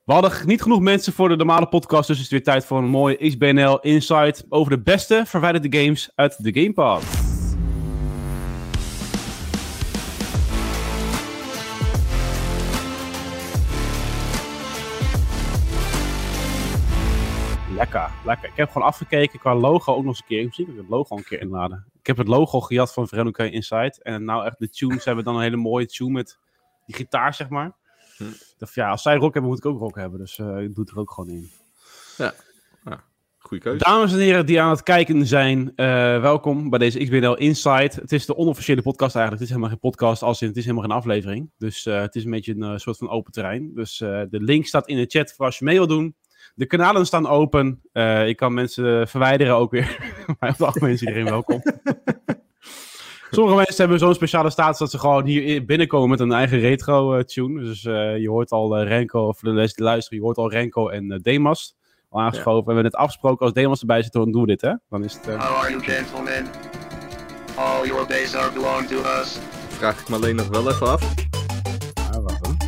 We hadden niet genoeg mensen voor de normale podcast, dus het is weer tijd voor een mooie XBNL Insight over de beste verwijderde games uit de Game Pass. Lekker. Ik heb gewoon afgekeken qua logo ook nog eens een keer. Misschien kan ik het logo een keer inladen. Ik heb het logo gejat van Veronica Insight. En nou echt de tunes hebben dan een hele mooie tune met die gitaar, zeg maar. Dus ja, als zij rock hebben, moet ik ook rock hebben. Dus ik doe het er ook gewoon in. Ja, goede keuze. Dames en heren die aan het kijken zijn, welkom bij deze XBNL Insight. Het is de onofficiële podcast eigenlijk. Het is helemaal geen podcast, het is helemaal geen aflevering. Dus het is een beetje een soort van open terrein. Dus de link staat in de chat voor als je mee wilt doen. De kanalen staan open. Je kan mensen verwijderen ook weer. Maar op het algemeen is iedereen welkom. Sommige mensen hebben zo'n speciale status dat ze gewoon hier binnenkomen met een eigen retro-tune. Dus je hoort al Renko, of de les die luisteren, je hoort al Renko en Demas al aangeschoven. We hebben net afgesproken, als Demas erbij zit, dan doen we dit, hè? Dan is het... How are you, gentlemen? All your days are belong to us. Vraag ik me alleen nog wel even af. Wacht dan.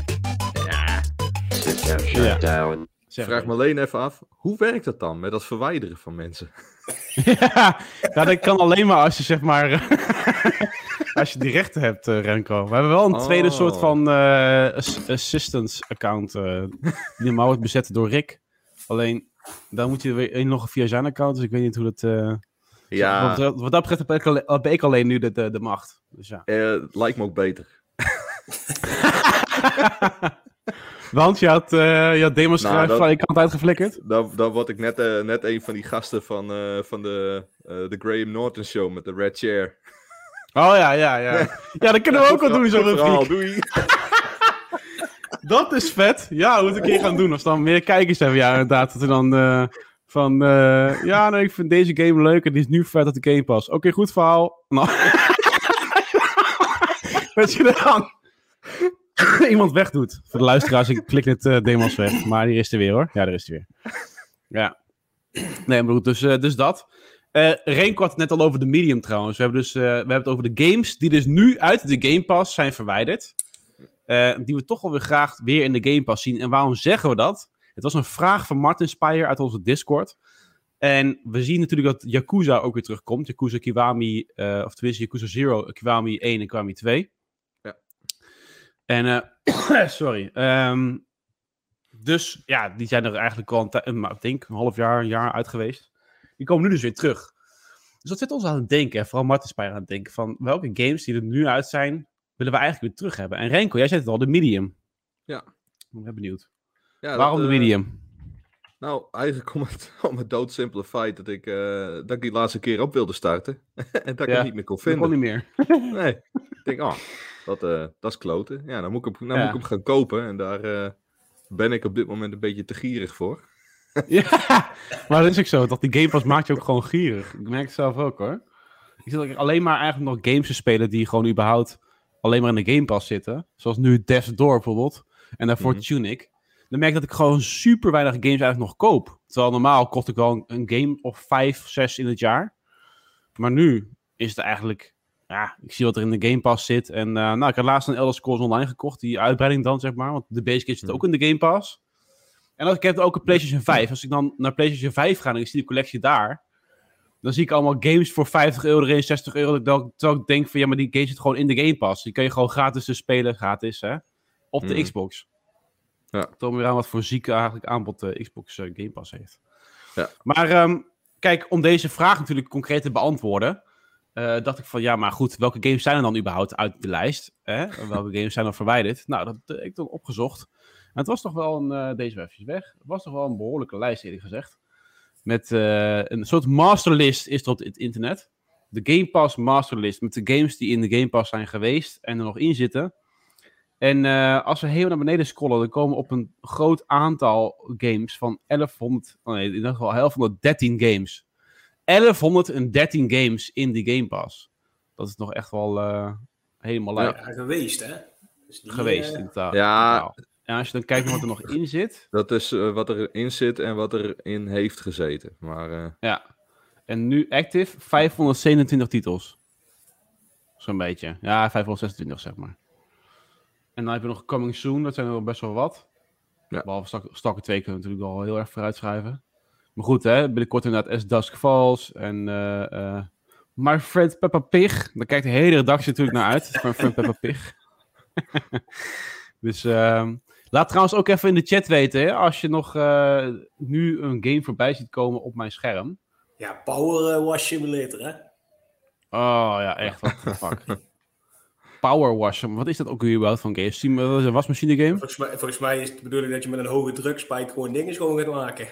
Shut down. Vraag me alleen even af, hoe werkt dat dan met dat verwijderen van mensen? Ja, dat kan alleen maar als je zeg maar... als je die rechten hebt, Renko. We hebben wel een tweede soort van assistance account. Die normaal wordt bezet door Rick. Alleen, dan moet je weer inloggen via zijn account. Dus ik weet niet hoe dat... Ja. Wat dat betreft heb ik alleen nu de macht. Dus ja. Lijkt me ook beter. Want je had demos van je kant uitgeflikkerd? Dan word ik net een van die gasten van de Graham Norton show met de Red Chair. Oh ja. Ja, dat kunnen we ook wel doen, zo'n rubriek. Doei. Dat is vet. Ja, we moeten een keer gaan doen. Als dan meer kijkers hebben, ja, inderdaad. Dat we dan ik vind deze game leuk en die is nu vet uit de Game Pass. Oké, goed verhaal. Nou. Weet je dan? Iemand wegdoet. Voor de luisteraars, ik klik net demos weg. Maar die is er weer, hoor. Ja, daar is hij weer. Ja. Nee, maar goed, dus dat. Renko had het net al over de medium trouwens. We hebben het over de games die dus nu uit de Game Pass zijn verwijderd. Die we toch wel weer graag weer in de Game Pass zien. En waarom zeggen we dat? Het was een vraag van Martin Speyer uit onze Discord. En we zien natuurlijk dat Yakuza ook weer terugkomt. Yakuza Kiwami, of tenminste Yakuza Zero, Kiwami 1 en Kiwami 2. Ja. En, sorry. Dus ja, die zijn er eigenlijk al ik denk een half jaar, een jaar uit geweest. Die komen nu dus weer terug. Dus dat zit ons aan het denken, vooral Martin Speyer aan het denken, van welke games die er nu uit zijn, willen we eigenlijk weer terug hebben. En Renko, jij zei het al, de medium. Ja. Ik ben benieuwd. Ja, waarom de medium? Nou, eigenlijk om het doodsimpele feit dat ik die laatste keer op wilde starten. En dat ik het niet meer kon vinden. Dat kon niet meer. Nee. Ik denk, dat is kloten. Ja, dan moet ik hem gaan kopen. En daar ben ik op dit moment een beetje te gierig voor. Ja, maar dat is ook zo. Dat die Game Pass maakt je ook gewoon gierig. Ik merk het zelf ook, hoor. Ik zit ook alleen maar eigenlijk nog games te spelen die gewoon überhaupt alleen maar in de Game Pass zitten. Zoals nu Death's Door bijvoorbeeld. En daarvoor Tunic. Dan merk ik dat ik gewoon super weinig games eigenlijk nog koop. Terwijl normaal kocht ik wel een game of 5, 6 in het jaar. Maar nu is het eigenlijk... Ja, ik zie wat er in de Game Pass zit. En ik had laatst een Elder Scrolls Online gekocht. Die uitbreiding dan, zeg maar. Want de base kit zit ook in de Game Pass. En ik heb ook een PlayStation 5. Als ik dan naar PlayStation 5 ga en ik zie de collectie daar... Dan zie ik allemaal games voor €50 erin, €60. Terwijl ik denk van, ja, maar die game zit gewoon in de Game Pass. Die kan je gewoon gratis dus spelen, gratis, hè. Op de Xbox. Ja. Toon weer aan wat voor zieke eigenlijk aanbod de Xbox Game Pass heeft. Ja. Maar kijk, om deze vraag natuurlijk concreet te beantwoorden... dacht ik van, ja, maar goed, welke games zijn er dan überhaupt uit de lijst? Welke games zijn er verwijderd? Nou, dat heb ik dan opgezocht. En het was toch wel deze even weg. Het was toch wel een behoorlijke lijst, eerlijk gezegd. Met een soort masterlist is er op het internet. De Game Pass masterlist. Met de games die in de Game Pass zijn geweest en er nog in zitten. En als we helemaal naar beneden scrollen, dan komen we op een groot aantal games van 1113 games. 1113 games in die Game Pass. Dat is nog echt wel helemaal leuk. Ja, geweest, hè? Dus die, geweest, inderdaad. Ja. En als je dan kijkt naar wat er nog in zit... Dat is wat erin zit en wat erin heeft gezeten. Maar, Ja. En nu active 527 titels. Zo'n beetje. Ja, 526 zeg maar. En dan heb je nog Coming Soon, dat zijn er best wel wat. Ja. Behalve Stalker 2 kunnen we natuurlijk al heel erg vooruitschrijven. Maar goed, hè, binnenkort inderdaad As Dusk Falls en My Friend Peppa Pig. Daar kijkt de hele redactie natuurlijk naar uit. My Friend Peppa Pig. Dus laat trouwens ook even in de chat weten, hè, als je nog nu een game voorbij ziet komen op mijn scherm. Ja, Power Wash Simulator, hè? Oh ja, echt, what the fuck. Power Wash, wat is dat ook weer überhaupt van games? Dat is een wasmachine game? Volgens mij is het de bedoeling dat je met een hoge drukspike gewoon dingen schoon gaat maken.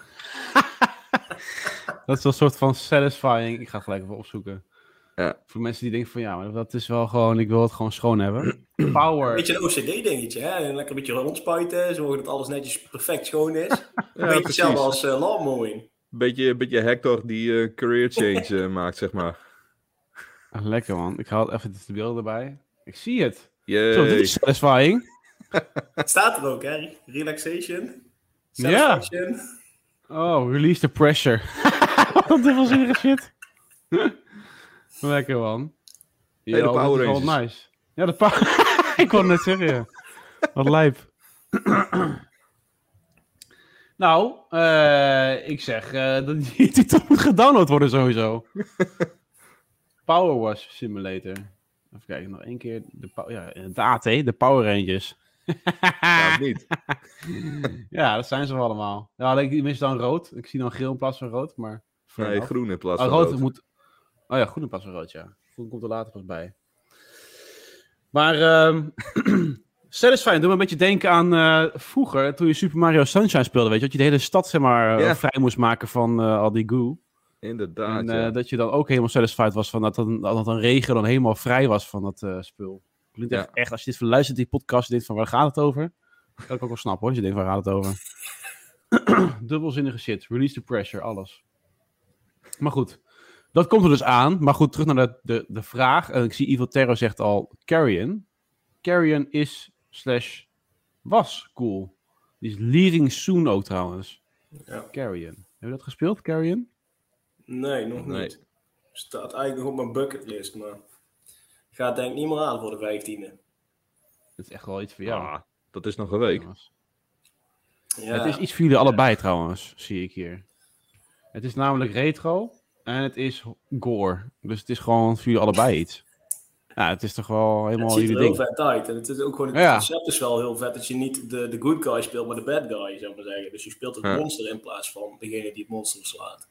Dat is wel een soort van satisfying. Ik ga het gelijk even opzoeken. Ja. Voor mensen die denken van ja, maar dat is wel gewoon, ik wil het gewoon schoon hebben. Power. Een beetje een OCD-dingetje, hè? En lekker een beetje rondspuiten, zorgen dat alles netjes perfect schoon is. Een beetje precies. hetzelfde als lawnmowing. Beetje Hector die career change maakt, zeg maar. Lekker man. Ik haal even de beelden erbij. Ik zie het. Yay. Zo, dit is satisfying. Het staat er ook, hè? Relaxation. Ja. Satisfaction. Oh, release the pressure. Wat dubbelzinnige shit. Lekker man. Hey, de Power dat is wel Rangers. nice. Ja, de Power... Ik kon net zeggen, ja. Wat lijp. Nou, ik zeg dat die titel moet gedownload worden sowieso. Power Wash Simulator. Even kijken, nog één keer. De AT, de Power Rangers. Ja, of niet? Ja, dat zijn ze wel allemaal. Ja, ik mis dan rood. Ik zie dan geel in plaats van rood, maar... Nee, groen in plaats Oh, van rood rood. moet... Oh ja, groen in plaats van rood, ja. Groen komt er later pas bij. Maar Satisfying doet me een beetje denken aan vroeger, toen je Super Mario Sunshine speelde, weet je, dat je de hele stad, zeg maar, Ja. vrij moest maken van al die goo. Inderdaad, En ja. dat je dan ook helemaal satisfied was van dat een regen dan helemaal vrij was van dat spul. Klinkt Ja. echt, als je dit verluistert, die podcast, je denkt van waar gaat het over? Kan ik ook wel snappen hoor, als je denkt waar gaat het over? Dubbelzinnige shit, release the pressure, alles. Maar goed, dat komt er dus aan. Maar goed, terug naar de vraag. En ik zie Evil Terror zegt al Carrion. Carrion is / was cool. Die is leading soon ook trouwens. Ja. Carrion. Heb je dat gespeeld, Carrion? Nee, nog Nee. niet. Staat eigenlijk nog op mijn bucketlist, maar gaat denk ik niet meer aan voor de 15e. Dat is echt wel iets voor jou. Ah, dat is nog een week. Jongens. Ja. Het is iets voor jullie allebei trouwens, zie ik hier. Het is namelijk retro en het is gore. Dus het is gewoon voor jullie allebei iets. Ja, het is toch wel Het helemaal ziet er jullie heel ding. vet uit. En het is ook gewoon, het Ja. concept is wel heel vet dat je niet de good guy speelt, maar de bad guy, zou ik maar zeggen. Dus je speelt het Ja. monster in plaats van degene die het monster verslaat.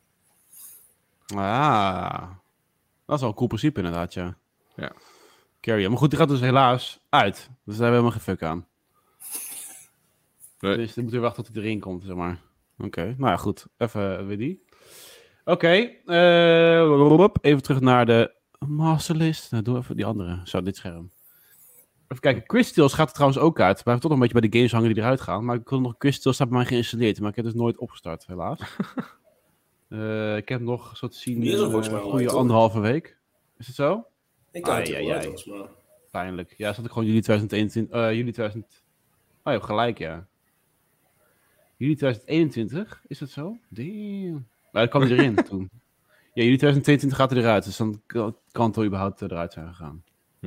Ah, dat is wel een cool principe inderdaad, ja. Ja. Carrion. Maar goed, die gaat dus helaas uit. Dus daar hebben we helemaal geen fuck aan. Nee. Dus dan moeten we wachten tot hij erin komt, zeg maar. Oké, nou ja, goed. Even weer die. Oké, even terug naar de masterlist. Nou, doe even die andere. Zo, dit scherm. Even kijken, Crystals gaat er trouwens ook uit. We hebben toch nog een beetje bij de games hangen die eruit gaan. Maar ik wil nog Crystals, staat bij mij geïnstalleerd. Maar ik heb dus nooit opgestart, helaas. Ik heb nog, zo te zien, Die is er volgens mij een al goede uit, toch? 1,5 week. Is het zo? Ik kan het Ai, wel ai, uit ai. als, maar... Pijnlijk. Ja, zat ik gewoon juli 2021. Juli 2000. Oh, je hebt gelijk, ja. Juli 2021, is dat zo? Damn. Maar dat kwam hij erin toen. Ja, juli 2022 gaat hij eruit, dus dan kan het wel überhaupt eruit zijn gegaan.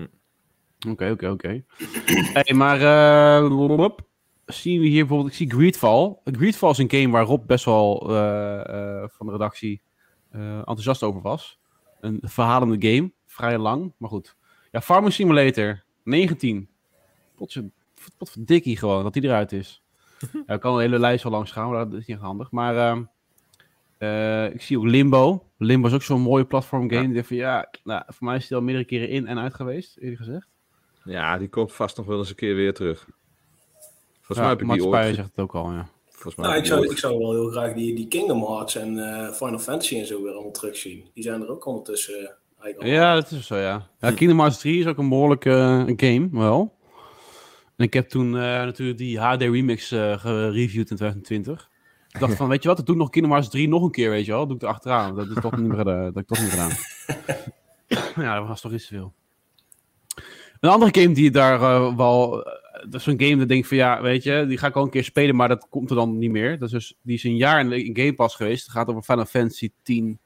Oké. Hey, maar zien we hier bijvoorbeeld, ik zie Greedfall. Greedfall is een game waar Rob best wel van de redactie enthousiast over was. Een verhalende game, vrij lang, maar goed. Ja, Farming Simulator, 19. Potverdikkie gewoon, dat die eruit is. Ja, ik kan een hele lijst wel langs gaan, maar dat is niet handig. Maar ik zie ook Limbo. Limbo is ook zo'n mooie platform game. Die van, voor mij is die al meerdere keren in en uit geweest, eerlijk gezegd. Ja, die komt vast nog wel eens een keer weer terug. Volgens mij heb ik Mats die Speyer ooit... zegt het ook al, ja. Volgens mij Nou, heb ik zou wel heel graag die Kingdom Hearts en Final Fantasy en zo weer allemaal terugzien. Die zijn er ook ondertussen eigenlijk al. Ja, dat is zo, ja. Kingdom Hearts 3 is ook een behoorlijke game, wel. En ik heb toen natuurlijk die HD remix gereviewd in 2020. Ik dacht van, weet je wat, ik doe nog Kingdom Hearts 3 nog een keer, weet je wel. Dat doe ik er achteraan. Dat is toch niet meer gedaan. Dat heb ik toch niet gedaan. Ja, dat was toch iets te veel. Een andere game die daar wel... dat is zo'n game dat denk ik van, ja, weet je, die ga ik al een keer spelen, maar dat komt er dan niet meer. Dat is dus, die is een jaar in Game Pass geweest. Het gaat over Final Fantasy 10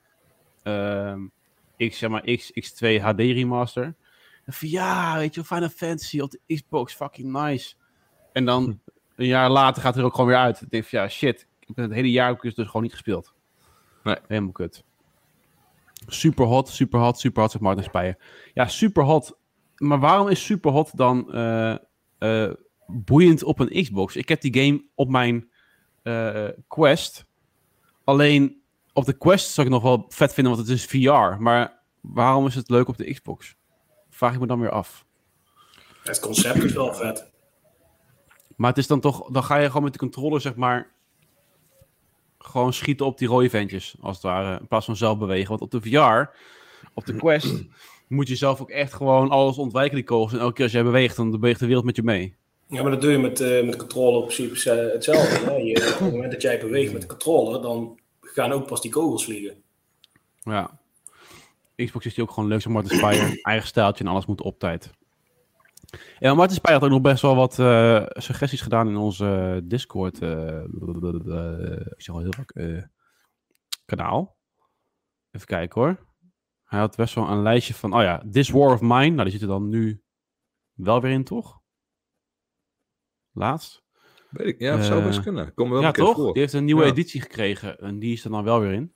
X2 HD remaster. En van, ja, weet je wel, Final Fantasy op de Xbox, fucking nice. En dan een jaar later gaat hij er ook gewoon weer uit. Ik denk van, ja, shit. Ik heb het hele jaar dus gewoon niet gespeeld. Nee. Helemaal kut. Super hot, zegt Martin Speijer. Ja, super hot. Maar waarom is super hot dan boeiend op een Xbox? Ik heb die game op mijn Quest. Alleen op de Quest zou ik nog wel vet vinden, want het is VR. Maar waarom is het leuk op de Xbox? Vraag ik me dan weer af. Het concept is wel vet. Maar het is dan toch... Dan ga je gewoon met de controller, zeg maar... Gewoon schieten op die rode ventjes, als het ware. In plaats van zelf bewegen. Want op de VR, op de Quest... moet je zelf ook echt gewoon alles ontwijken, die kogels. En elke keer als jij beweegt, dan beweegt de wereld met je mee. Ja, maar dat doe je met de controller op principe hetzelfde. Hè? Op het moment dat jij beweegt met de controller, dan gaan ook pas die kogels vliegen. Ja. Xbox is die ook gewoon leuk, zeg Martin Speijer. Eigen stijltje en alles moet op tijd. Ja, Martin Speijer had ook nog best wel wat suggesties gedaan in onze Discord. Ik zeg al heel vaak kanaal. Even kijken hoor. Hij had best wel een lijstje van, oh ja, This War of Mine. Nou, die zit er dan nu wel weer in, toch? Laatst. Weet ik, ja, het zou best kunnen. Kom er wel Ja, een keer toch? voor. Die heeft een nieuwe editie gekregen. En die is er dan wel weer in.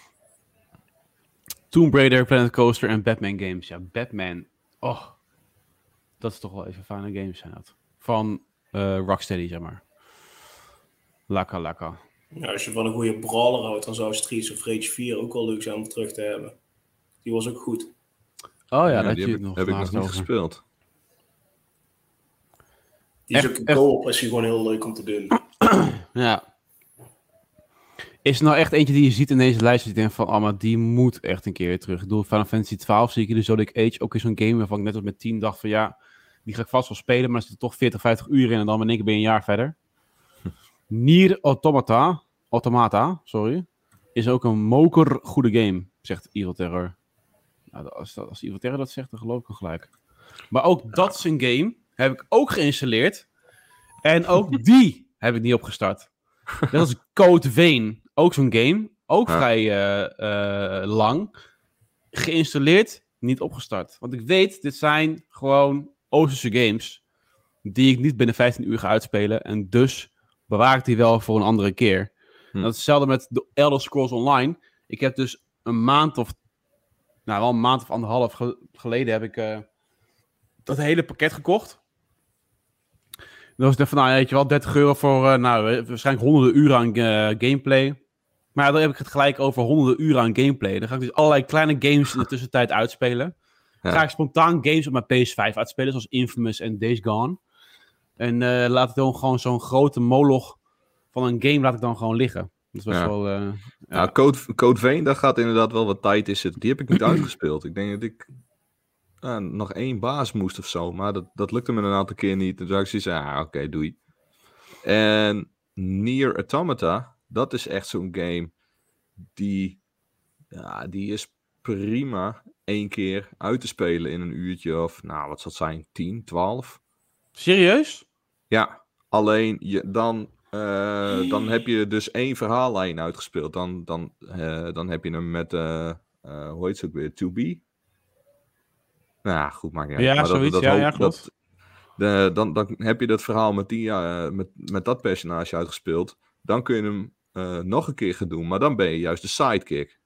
Tomb Raider, Planet Coaster en Batman games. Ja, Batman. Oh. Dat is toch wel even fijne games zijn dat. Van Rocksteady, zeg maar. Lekker. Ja, als je van een goede brawler houdt, dan zou Streets of Rage 4 ook wel leuk zijn om terug te hebben. Die was ook goed. Oh ja, Ja, dat die heb ik nog laatst niet over. gespeeld. Die is ook een co-op, is die gewoon heel leuk om te doen. Ja. Is er nou echt eentje die je ziet in deze lijst dat je denkt van, oh, maar die moet echt een keer weer terug. Ik bedoel, Final Fantasy 12 zie ik in de Zodiac Age ook in zo'n game waarvan ik net als met team dacht van, ja, die ga ik vast wel spelen, maar er zitten toch 40, 50 uur in en dan ben ik een jaar verder. Nier Automata, is ook een moker goede game, zegt Evil Terror. Nou, als Evil Terror dat zegt, dan geloof ik hem gelijk. Maar ook dat is een game, heb ik ook geïnstalleerd. En ook die heb ik niet opgestart. Dat is Code Vein, ook zo'n game. Ook vrij lang. Geïnstalleerd, niet opgestart. Want ik weet, dit zijn gewoon Oosterse games die ik niet binnen 15 uur ga uitspelen. En dus bewaar ik die wel voor een andere keer. Dat is hetzelfde met de Elder Scrolls Online. Ik heb dus wel een maand of anderhalf geleden heb ik dat hele pakket gekocht. Dan was ik van, nou, weet je wel, €30 voor waarschijnlijk honderden uren aan gameplay. Maar dan heb ik het gelijk over honderden uren aan gameplay. Dan ga ik dus allerlei kleine games in de tussentijd uitspelen. Dan ga ik spontaan games op mijn PS5 uitspelen, zoals Infamous en Days Gone. En laat ik dan gewoon zo'n grote moloch van een game laat ik dan gewoon liggen. Dat was wel... Ja, Code Vein, daar gaat inderdaad wel wat tijd in zitten. Die heb ik niet uitgespeeld. Ik denk dat ik nog 1 baas moest of zo. Maar dat lukte me een aantal keer niet. Toen dacht ik zoiets, oké, doei. En Nier Automata, dat is echt zo'n game die is prima 1 keer uit te spelen in een uurtje of, nou, wat zal het zijn, 10, 12. Serieus? Ja, alleen dan heb je dus 1 verhaallijn uitgespeeld. Dan heb je hem met, hoe heet ze ook weer, 2B? Nou, goed, maakt niet uit. Ja, maar zoiets, klopt. Dan heb je dat verhaal met dat personage uitgespeeld. Dan kun je hem nog een keer gaan doen, maar dan ben je juist de sidekick.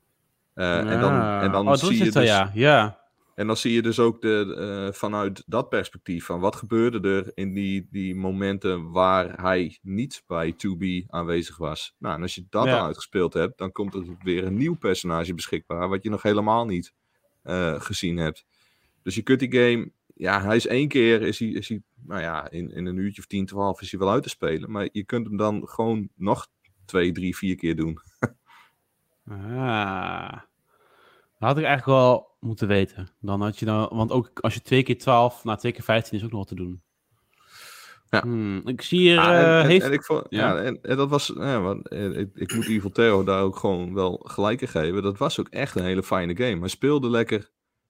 En dan zie je dus... Ja. En dan zie je dus ook vanuit dat perspectief van wat gebeurde er in die momenten waar hij niet bij 2B aanwezig was. Nou, en als je dat dan uitgespeeld hebt, dan komt er weer een nieuw personage beschikbaar, wat je nog helemaal niet gezien hebt. Dus je kunt die game, ja, hij is 1 keer, is hij nou ja, in een uurtje of 10, 12 is hij wel uit te spelen, maar je kunt hem dan gewoon nog 2, 3, 4 keer doen. Dat had ik eigenlijk wel moeten weten. Dan had je dan, want ook als je 2 keer 12, 2 keer 15 is ook nog wat te doen. Ja. Ik zie hier... en dat was... ik moet Evil Terror daar ook gewoon wel gelijk in geven. Dat was ook echt een hele fijne game. Hij speelde lekker...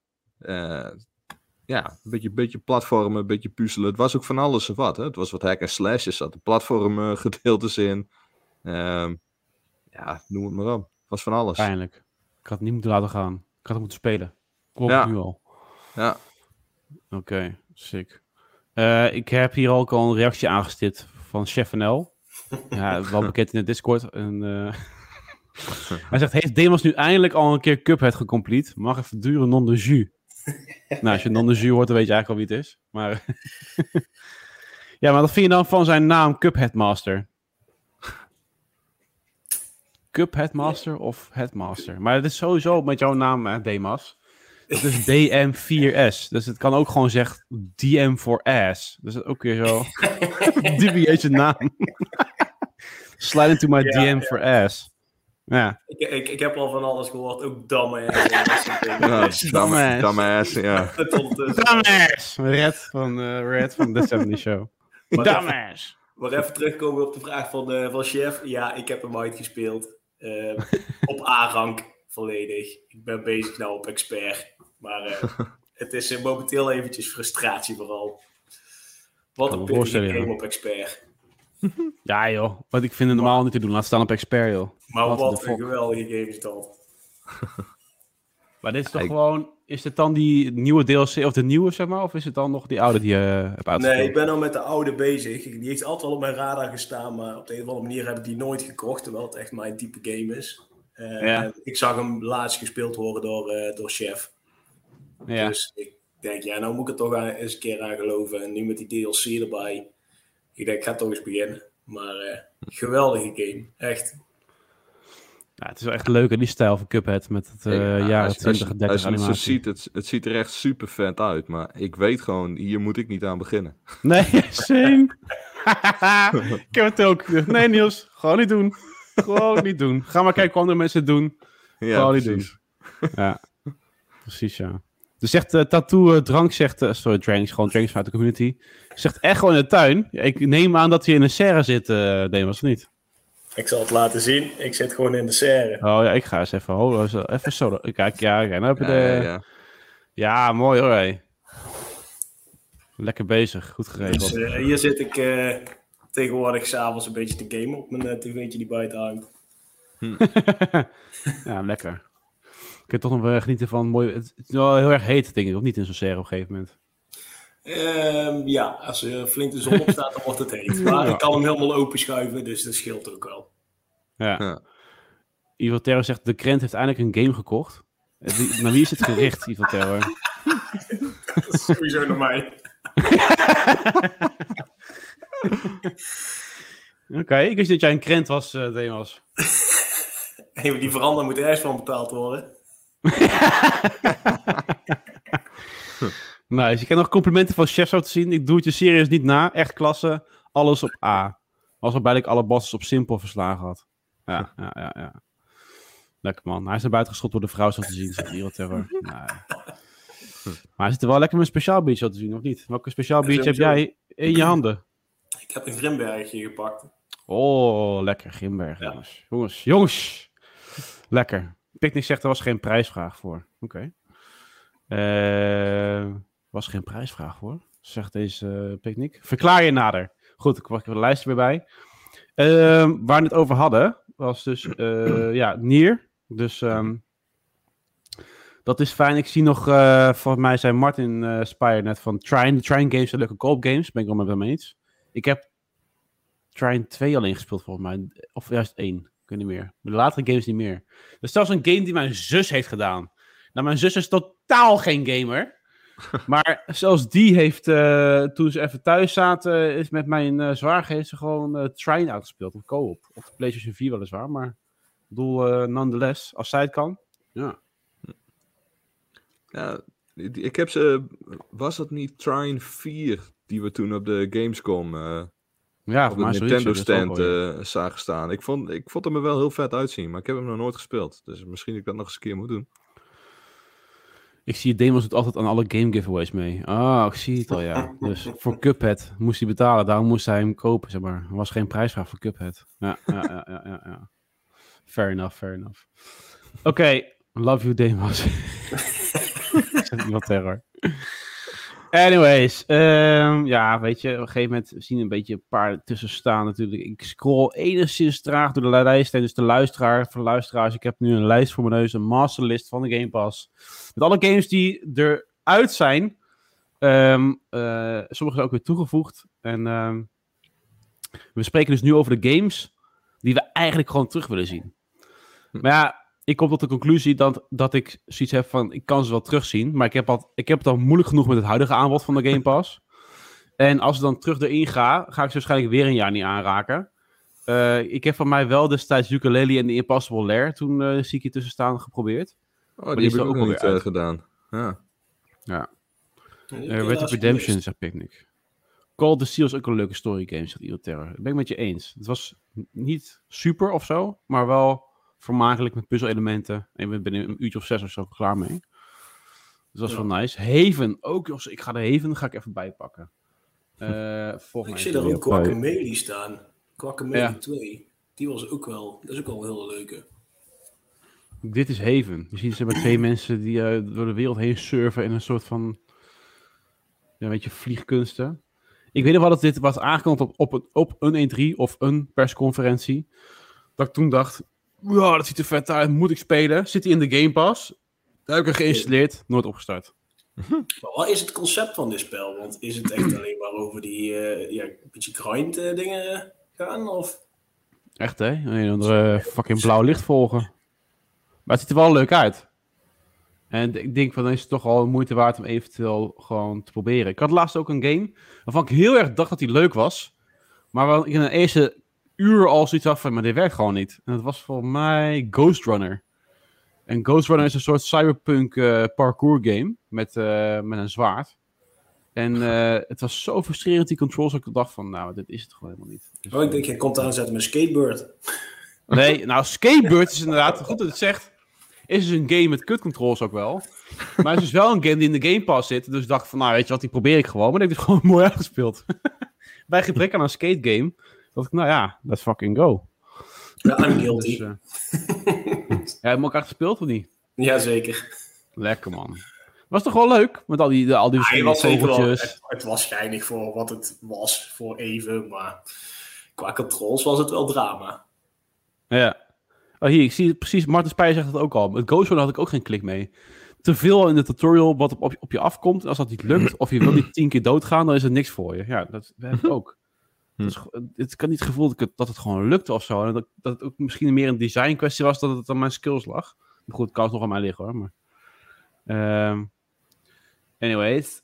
een beetje platformen, een beetje puzzelen. Het was ook van alles en wat. Hè? Het was wat hack en slash. Er zaten platformgedeeltes in. Noem het maar op. Het was van alles. Pijnlijk. Ik had het niet moeten laten gaan. Ik had het moeten spelen. Klopt nu al. Ja. Oké, sick. Ik heb hier ook al een reactie aangestipt van Chef NL. Ja, wel bekend in de Discord. En, hij zegt, heeft Demos nu eindelijk al een keer Cuphead gecomplete? Mag even duren non de jus. Nou, als je non de jus hoort, dan weet je eigenlijk al wie het is. Maar ja, maar wat vind je dan van zijn naam Cuphead Master? Cuphead Master of Headmaster? Maar het is sowieso met jouw naam, Demas. Het is DM4S. Dus het kan ook gewoon zeggen DM for ass. Dus dat is ook weer zo. Dubieuse naam. Slide into my DM for ass. Ja. Ik heb al van alles gehoord, ook damme. Dumbass, ja. Dumbass! Red van The 70 Show. Dumbass! Maar even terugkomen op de vraag van Chef. Ja, ik heb hem uitgespeeld. Op A-rank volledig. Ik ben bezig nou op expert. Maar het is momenteel eventjes frustratie vooral. Wat een pittige game op expert. Ja joh, wat ik vind het normaal niet te doen. Laat staan op expert joh. Maar wat een geweldige game is dat. Maar dit is toch gewoon... Is het dan die nieuwe DLC of de nieuwe zeg maar? Of is het dan nog die oude die je hebt uitgespeeld? Nee, ik ben al met de oude bezig. Die heeft altijd wel op mijn radar gestaan. Maar op de een of andere manier heb ik die nooit gekocht. Terwijl het echt mijn type game is. Ik zag hem laatst gespeeld worden door Chef. Ja. Dus ik denk, ja, nou moet ik er toch eens een keer aan geloven. En nu met die DLC erbij. Ik denk, ik ga toch eens beginnen. Maar geweldige game. Echt. Ja, het is wel echt leuk, hè, die stijl van Cuphead. Met het jaren 20 en 30 animatie. Als je het ziet er echt super vet uit. Maar ik weet gewoon, hier moet ik niet aan beginnen. Nee, same. Ik heb het ook. Nee, Niels, gewoon niet doen. Gewoon niet doen. Ga maar kijken hoe andere mensen het doen. Ja, gewoon niet doen. Ja, precies, ja. Dus zegt Tattoo Drank, sorry, Dranks, gewoon Dranks vanuit de community. Zegt echt gewoon in de tuin. Ik neem aan dat hij in een serre zit, Demas, of niet? Ik zal het laten zien. Ik zit gewoon in de serre. Oh ja, ik ga eens even, even zo. Kijk, nou heb je de... Ja, mooi hoor, hé. Lekker bezig, goed geregeld. Dus, hier zit ik tegenwoordig s'avonds een beetje te gamen op mijn tv'tje die buiten hangt. Ja, lekker. Ik heb toch nog wel genieten van mooi. Het is wel heel erg heet, denk ik, of niet in zo'n serre op een gegeven moment? Ja, als er flink de zon op staat, dan wordt het heet. Maar ik kan hem helemaal open schuiven, dus dat scheelt ook wel. Ja. Evil Terror zegt, de Krent heeft eindelijk een game gekocht. Naar wie is het gericht, Evil Terror? Dat is sowieso naar mij. Oké, ik wist dat jij een Krent was, Demas. Hey, die verander moet ergens van betaald worden. Nice. Ik heb nog complimenten van Chef zo te zien. Ik doe het je serieus niet na. Echt klasse. Alles op A. Was waarbij ik alle bosses op simpel verslagen had. Ja. Lekker man. Hij is naar buiten geschopt door de vrouw zo te zien. Zegt Evil Terror. Nee. Maar hij zit er wel lekker met een speciaal biertje te zien, of niet? Welke speciaal biertje heb jij in je handen? Ik heb een Grimbergje gepakt. Oh, lekker Grimberg. Ja. Jongens. Lekker. Picnic zegt er was geen prijsvraag voor. Oké. Was geen prijsvraag voor, zegt deze Picnic. Verklaar je nader. Goed, ik heb de lijst weer bij. Waar we het over hadden, was dus Nier. Dus dat is fijn. Ik zie nog, volgens mij zei Martin Spire net van Trine games zijn leuke co-op games. Ben ik wel met hem eens. Ik heb Trine 2 alleen gespeeld volgens mij. Of juist 1. Ik weet niet meer. De latere games niet meer. Dat is zelfs een game die mijn zus heeft gedaan. Nou, mijn zus is totaal geen gamer. Maar zelfs die heeft, toen ze even thuis zaten, is met mijn zwager heeft ze gewoon Trine uitgespeeld. Of co-op. Of de PlayStation 4 weliswaar. Maar ik bedoel, nonetheless, als zij het kan. Ja. Ja, ik heb ze... Was dat niet Trine 4 die we toen op de Gamescom op de Nintendo stand zagen staan? Ik vond hem er wel heel vet uitzien, maar ik heb hem nog nooit gespeeld. Dus misschien dat ik dat nog eens een keer moet doen. Ik zie Demos doet altijd aan alle game giveaways mee. Ah, ik zie het al, ja. Dus voor Cuphead moest hij betalen, daarom moest hij hem kopen, zeg maar. Er was geen prijsvraag voor Cuphead. Ja. Fair enough. Oké, love you Demos. Wat terror. Anyways, weet je, op een gegeven moment zien we een beetje een paar tussen staan natuurlijk. Ik scroll enigszins traag door de lijst. En dus voor de luisteraars, ik heb nu een lijst voor mijn neus, een masterlist van de Game Pass. Met alle games die eruit zijn. Sommige zijn ook weer toegevoegd. En We spreken dus nu over de games die we eigenlijk gewoon terug willen zien. Maar ja, ik kom tot de conclusie dat ik zoiets heb van, ik kan ze wel terugzien, maar ik heb het al moeilijk genoeg met het huidige aanbod van de Game Pass. En als ik dan terug erin ga ik ze waarschijnlijk weer een jaar niet aanraken. Ik heb van mij wel destijds Yooka-Laylee en The Impossible Lair, toen zie ik hier tussen staan, geprobeerd. Oh, die heb ik ook nog niet gedaan. Ja. Red Dead Redemption, zegt Picnic. Call of the Seal is ook een leuke story game, zegt Io Terror. Dat ben ik met je eens. Het was niet super of zo, maar wel vermakelijk met puzzel-elementen. En ik ben een uurtje of 6 of zo klaar mee. Dus dat was wel nice. Haven, ook. Ik ga de Haven even bijpakken. Ik zie daar ook Guacamelee staan. Guacamelee 2. Die was ook wel, dat is ook wel een hele leuke. Dit is Haven. Je ziet ze met 2 mensen die door de wereld heen surfen in een soort van, ja, weet je, vliegkunsten. Ik weet nog wel dat dit was aangekondigd op een E3 of een persconferentie. Dat ik toen dacht, wow, dat ziet er vet uit, moet ik spelen? Zit hij in de Game Pass? Daar heb ik er geïnstalleerd, nooit opgestart. Maar wat is het concept van dit spel? Want is het echt alleen maar over die een beetje grind dingen gaan? Of? Echt hè? Een andere fucking blauw licht volgen. Maar het ziet er wel leuk uit. En ik denk van, dan is het toch al moeite waard om eventueel gewoon te proberen. Ik had laatst ook een game waarvan ik heel erg dacht dat die leuk was. Maar waar ik in de eerste uur al zoiets had van, maar dit werkt gewoon niet. En dat was voor mij Ghost Runner. En Ghost Runner is een soort cyberpunk parkour game met een zwaard. En het was zo frustrerend, die controls, dat ik dacht van, nou, dit is het gewoon helemaal niet. Dus, ik denk, je komt aanzetten met Skatebird. Nee, nou, Skatebird is inderdaad, goed dat het zegt, is dus een game met kutcontrols ook wel. Maar het is dus wel een game die in de Game Pass zit. Dus dacht ik van, nou, weet je wat, die probeer ik gewoon. Maar ik heb het gewoon mooi uitgespeeld. Bij gebrek aan een skate game, dacht ik, nou ja, let's fucking go. Ja, I'm guilty. Dus, ja, heb je elkaar gespeeld of niet? Jazeker. Lekker, man. Was toch wel leuk? Met al die vogeltjes. Het was geinig voor wat het was voor even, maar qua controls was het wel drama. Ja. Oh, hier, ik zie precies, Martin Speijer zegt het ook al. Met Ghost Runner had ik ook geen klik mee. Te veel in de tutorial wat op je afkomt. En als dat niet lukt, of je wil niet 10 keer doodgaan, dan is er niks voor je. Ja, dat heb ik ook. Het kan niet het gevoel dat het gewoon lukte of zo. En dat het ook misschien meer een design kwestie was dan het aan mijn skills lag. Maar goed, het kan nog aan mij liggen hoor. Maar, anyways.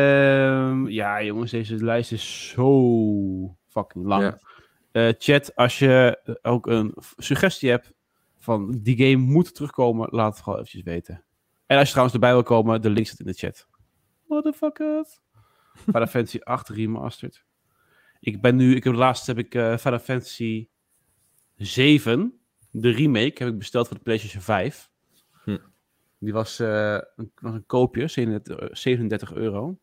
Ja, jongens, deze lijst is zo fucking lang. Ja. Chat, als je ook een suggestie hebt van die game moet terugkomen, laat het gewoon eventjes weten. En als je trouwens erbij wil komen, de link zit in de chat. Motherfuckers. Final Fantasy 8 Remastered. Ik heb laatst Final Fantasy 7, de remake, heb ik besteld voor de PlayStation 5. Die was een koopje, 37 euro.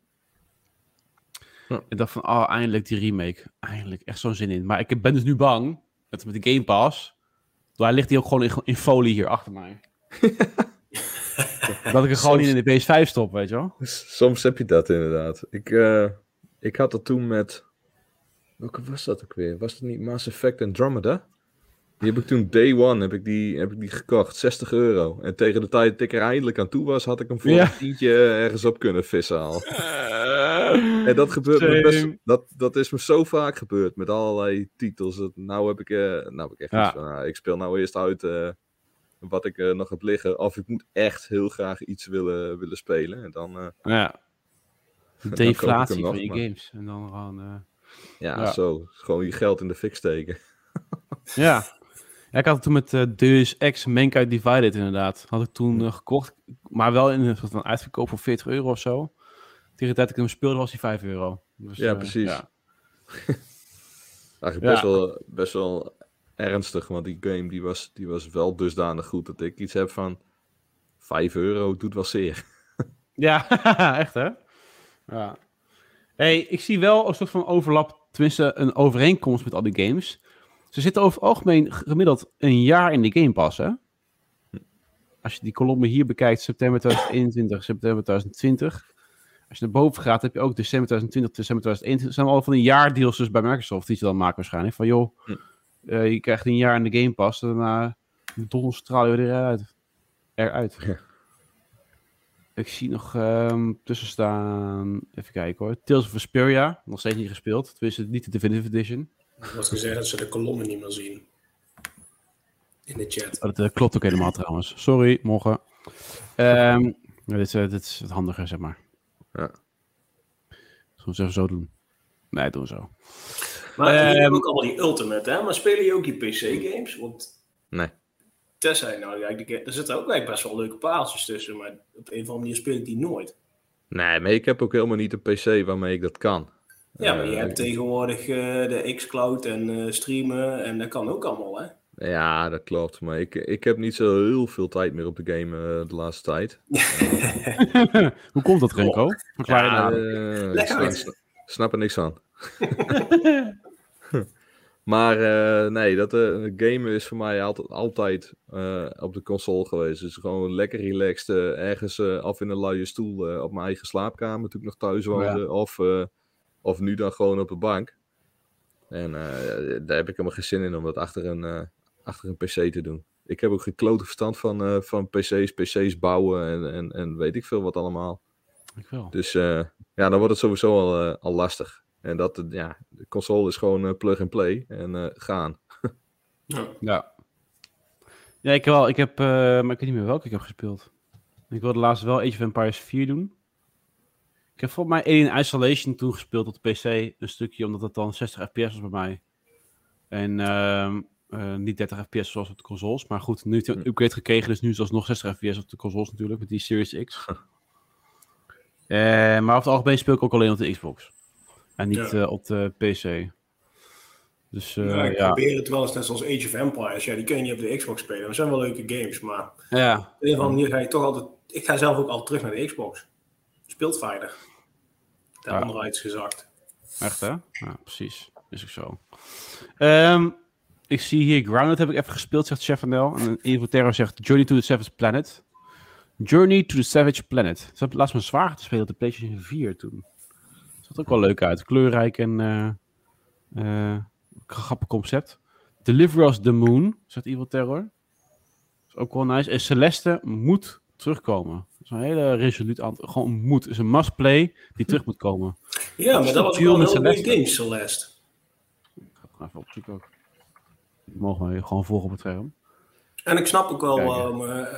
Ik dacht van, eindelijk die remake. Eindelijk, echt zo'n zin in. Maar ik ben dus nu bang, met de Game Pass, daar ligt hij ook gewoon in folie hier achter mij. Dat ik er gewoon niet in de PS5 stop, weet je wel. Soms heb je dat inderdaad. Ik had dat toen met... Welke was dat ook weer? Was het niet Mass Effect Andromeda? Die heb ik toen day one heb ik die gekocht. 60 euro. En tegen de tijd dat ik er eindelijk aan toe was, had ik hem voor een tientje ergens op kunnen vissen al. En dat gebeurt me best, dat is me zo vaak gebeurd met allerlei titels. Nou heb ik echt iets van, ik speel nou eerst uit wat ik nog heb liggen. Of ik moet echt heel graag iets willen spelen. En dan... deflatie van je games. En dan gewoon... zo. Gewoon je geld in de fik steken. Ja, ik had het toen met Deus Ex Mankind Divided inderdaad. Had ik toen gekocht, maar wel in een soort van uitverkoop voor 40 euro of zo. Tegen de tijd dat ik hem speelde was hij 5 euro. Dus, ja, precies. Eigenlijk best wel ernstig, want die game die was wel dusdanig goed dat ik iets heb van 5 euro doet wel zeer. Ja, echt hè? Ja. Hey, ik zie wel een soort van overlap, tenminste een overeenkomst met al die games. Ze zitten over het algemeen gemiddeld een jaar in de Game Pass, hè? Als je die kolommen hier bekijkt, september 2021, september 2020. Als je naar boven gaat, heb je ook december 2020, december 2021. Dat zijn al van die jaardeals dus bij Microsoft die ze dan maken waarschijnlijk. Van joh, je krijgt een jaar in de Game Pass, daarna donderstraal je eruit. Ja. Ik zie nog tussen staan, even kijken hoor, Tales of Vesperia, nog steeds niet gespeeld. Tenminste, niet de Definitive Edition. Er wordt gezegd dat ze de kolommen niet meer zien. In de chat. Dat klopt ook helemaal trouwens. Sorry, morgen. Dit is het handige, zeg maar. Ja. Zullen we even zo doen? Nee, doen we zo. Maar jullie hebben ook allemaal die Ultimate, hè? Maar spelen je ook die PC-games? Want Nee. Tessa, nou, er zitten ook eigenlijk best wel leuke paaltjes tussen, maar op een of andere manier speel ik die nooit. Nee, maar ik heb ook helemaal niet een PC waarmee ik dat kan. Ja, maar je hebt tegenwoordig de xCloud en streamen en dat kan ook allemaal, hè? Ja, dat klopt. Maar ik heb niet zo heel veel tijd meer op de game de laatste tijd. Hoe komt dat, Renko? Snap er niks van. Maar nee, gamen is voor mij altijd op de console geweest. Dus gewoon lekker relaxed, ergens af in een luie stoel op mijn eigen slaapkamer toen ik nog thuis woonde. Ja. Of nu dan gewoon op de bank. En daar heb ik helemaal geen zin in om dat achter een PC te doen. Ik heb ook geen klote verstand van PC's bouwen en weet ik veel wat allemaal. Ik wel. Dus dan wordt het sowieso al lastig. En de console is gewoon plug and play en gaan. Ja. Ja, ik heb maar ik weet niet meer welke ik heb gespeeld. Ik wilde laatst wel Age of Empires 4 doen. Ik heb volgens mij Alien Isolation toen gespeeld op de PC. Een stukje, omdat het dan 60 fps was bij mij. En niet 30 fps zoals op de consoles. Maar goed, nu heeft hij een upgrade gekregen. Dus nu is het alsnog 60 fps op de consoles natuurlijk. Met die Series X. Maar over het algemeen speel ik ook alleen op de Xbox. En niet op de PC. Dus, ik probeer het wel eens, net zoals Age of Empires. Ja, die kun je niet op de Xbox spelen. Dat zijn wel leuke games, maar... Ja. Op een of andere manier ga je toch altijd... Ik ga zelf ook altijd terug naar de Xbox. Speelt veilig. Daar onderuit is gezakt. Echt, hè? Ja, precies. Is ook zo. Ik zie hier Grounded heb ik even gespeeld, zegt Chef Vandel. En Evo Terror zegt Journey to the Savage Planet. Journey to the Savage Planet. Ze hebben laatst mijn zwager te spelen op de PlayStation 4 toen. Dat zag ook wel leuk uit. Kleurrijk en grappig concept. Deliver Us the Moon, zegt Evil Terror. Is ook wel nice. En Celeste moet terugkomen. Dat is een hele resoluut antwoord. Gewoon moet. Het is een must-play die terug moet komen. Ja, maar dat was wel een heel goede game, Celeste. Ik ga het even opzoeken ook. Die mogen we gewoon volgen op het scherm. En ik snap ook wel...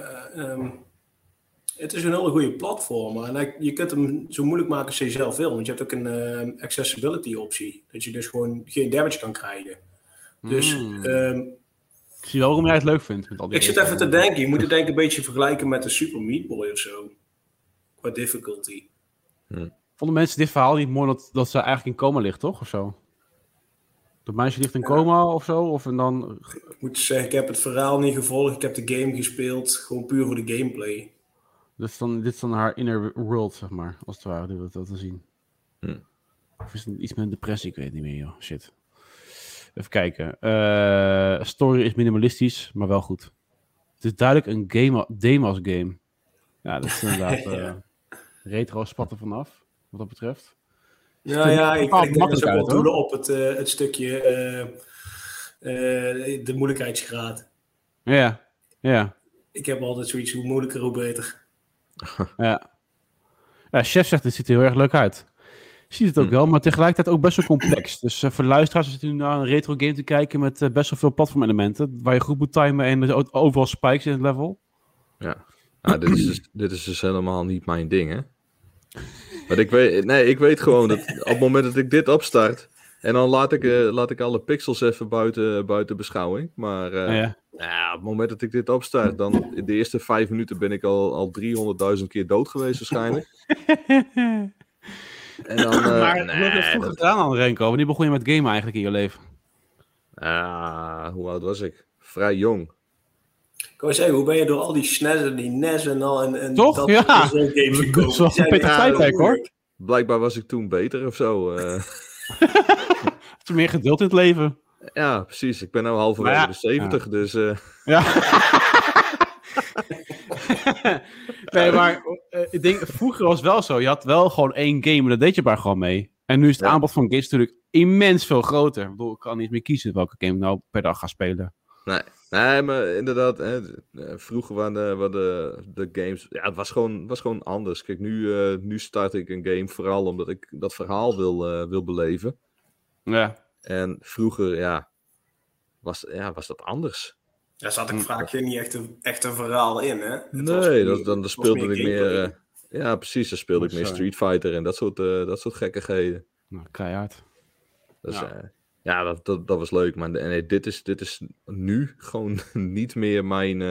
het is een hele goede platform. En je kunt hem zo moeilijk maken als je zelf wil. Want je hebt ook een accessibility optie. Dat je dus gewoon geen damage kan krijgen. Dus... ik zie wel waarom jij het leuk vindt. Met al die ik zit even te denken. Je moet het denk ik een beetje vergelijken met de Super Meat Boy of zo. Qua difficulty. Vonden mensen dit verhaal niet mooi dat ze eigenlijk in coma ligt, toch? Of zo? Dat meisje ligt in coma of zo? Of en dan... Ik moet zeggen, ik heb het verhaal niet gevolgd. Ik heb de game gespeeld. Gewoon puur voor de gameplay. Dus dit is dan haar inner world, zeg maar. Als het ware, die we dat te zien. Of is het iets met een depressie? Ik weet het niet meer, joh. Shit. Even kijken. Story is minimalistisch, maar wel goed. Het is duidelijk een Demos game. Ja, dat is inderdaad retro spatten vanaf, wat dat betreft. Ja, ik denk dat ze wel doelen op het stukje de moeilijkheidsgraad. Ja. Ik heb altijd zoiets, hoe moeilijker, hoe beter. Ja, Chef zegt, het ziet er heel erg leuk uit. Ziet het ook wel, maar tegelijkertijd ook best wel complex. Dus voor de luisteraars zitten nu naar een retro game te kijken met best wel veel platformelementen, waar je goed moet timen en overal spikes in het level. Ja, dit is dus helemaal niet mijn ding, hè? Want ik weet gewoon dat op het moment dat ik dit opstart, en dan laat ik alle pixels even buiten beschouwing. Maar op het moment dat ik dit opstart, dan in de eerste 5 minuten ben ik al 300.000 keer dood geweest waarschijnlijk. En dan, maar hoe heb je dat vroeger gedaan dan, Renko? Wanneer begon je met gamen eigenlijk in je leven? Hoe oud was ik? Vrij jong. Ik wou zeggen, hoe ben je door al die SNES en die NES en al en toch? Dat ja, zo'n games gekomen? Dat is wel een beetje tijdperk, hoor. Blijkbaar was ik toen beter of zo. Heb je meer geduld in het leven? Ja, precies. Ik ben nu halverwege de 70, dus... Ja. Nee, maar ik denk, vroeger was het wel zo. Je had wel gewoon 1 game en daar deed je maar gewoon mee. En nu is het aanbod van games natuurlijk immens veel groter. Ik bedoel, ik kan niet meer kiezen welke game ik nou per dag ga spelen. Nee, maar inderdaad, vroeger waren de games... Ja, het was gewoon anders. Kijk, nu start ik een game vooral omdat ik dat verhaal wil beleven. Ja. En vroeger, was dat anders. Daar zat ik vaak niet echt een verhaal in, hè? Dan speelde ik meer... ja, precies. Dan speelde ik meer Street Fighter en dat soort gekkigheden. Nou, keihard. Dus, dat was leuk. Maar dit is nu gewoon niet meer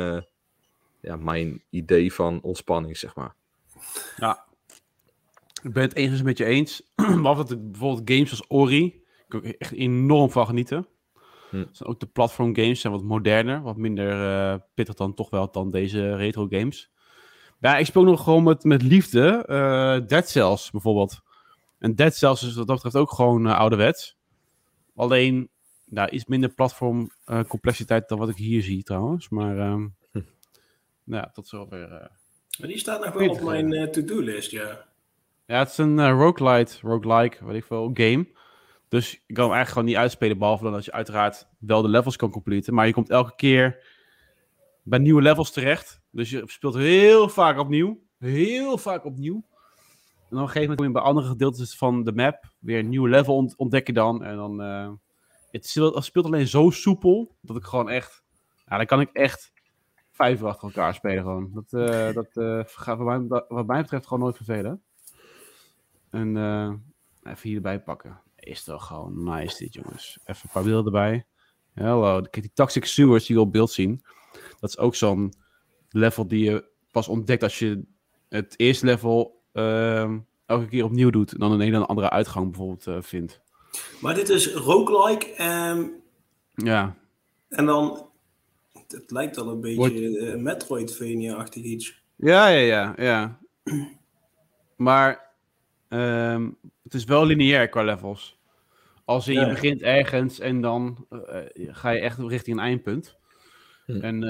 mijn idee van ontspanning, zeg maar. Ja. Ik ben het enigszins met je eens. Behalve dat bijvoorbeeld games als Ori... Ik ook echt enorm van genieten. Ook de platform games zijn wat moderner. Wat minder pittig dan toch wel dan deze retro games. Ja, ik speel nog gewoon met liefde. Dead Cells bijvoorbeeld. En Dead Cells is wat dat betreft ook gewoon ouderwets. Alleen iets minder platform complexiteit dan wat ik hier zie trouwens. Maar tot zover. Maar die staat nog wel op mijn to-do-list, ja. Ja, het is een roguelike, weet ik veel, game. Dus je kan hem eigenlijk gewoon niet uitspelen, behalve dan dat je uiteraard wel de levels kan completen. Maar je komt elke keer bij nieuwe levels terecht. Dus je speelt heel vaak opnieuw. En dan op een gegeven moment kom je bij andere gedeeltes van de map weer een nieuw level ontdekken dan. En dan... het speelt alleen zo soepel, dat ik gewoon echt... Ja, dan kan ik echt 5 uur achter elkaar spelen gewoon. Dat gaat wat mij betreft gewoon nooit vervelen. En even hierbij pakken. Is toch gewoon nice dit, jongens. Even een paar beelden erbij. Hallo, kijk die Toxic Sewers die we op beeld zien. Dat is ook zo'n level die je pas ontdekt als je het eerste level elke keer opnieuw doet. En dan een hele andere uitgang bijvoorbeeld vindt. Maar dit is roguelike. Ja. En dan... Het lijkt al een beetje Metroidvania-achtig iets. Ja. Maar het is wel lineair qua levels. Als je begint ergens en dan ga je echt richting een eindpunt. En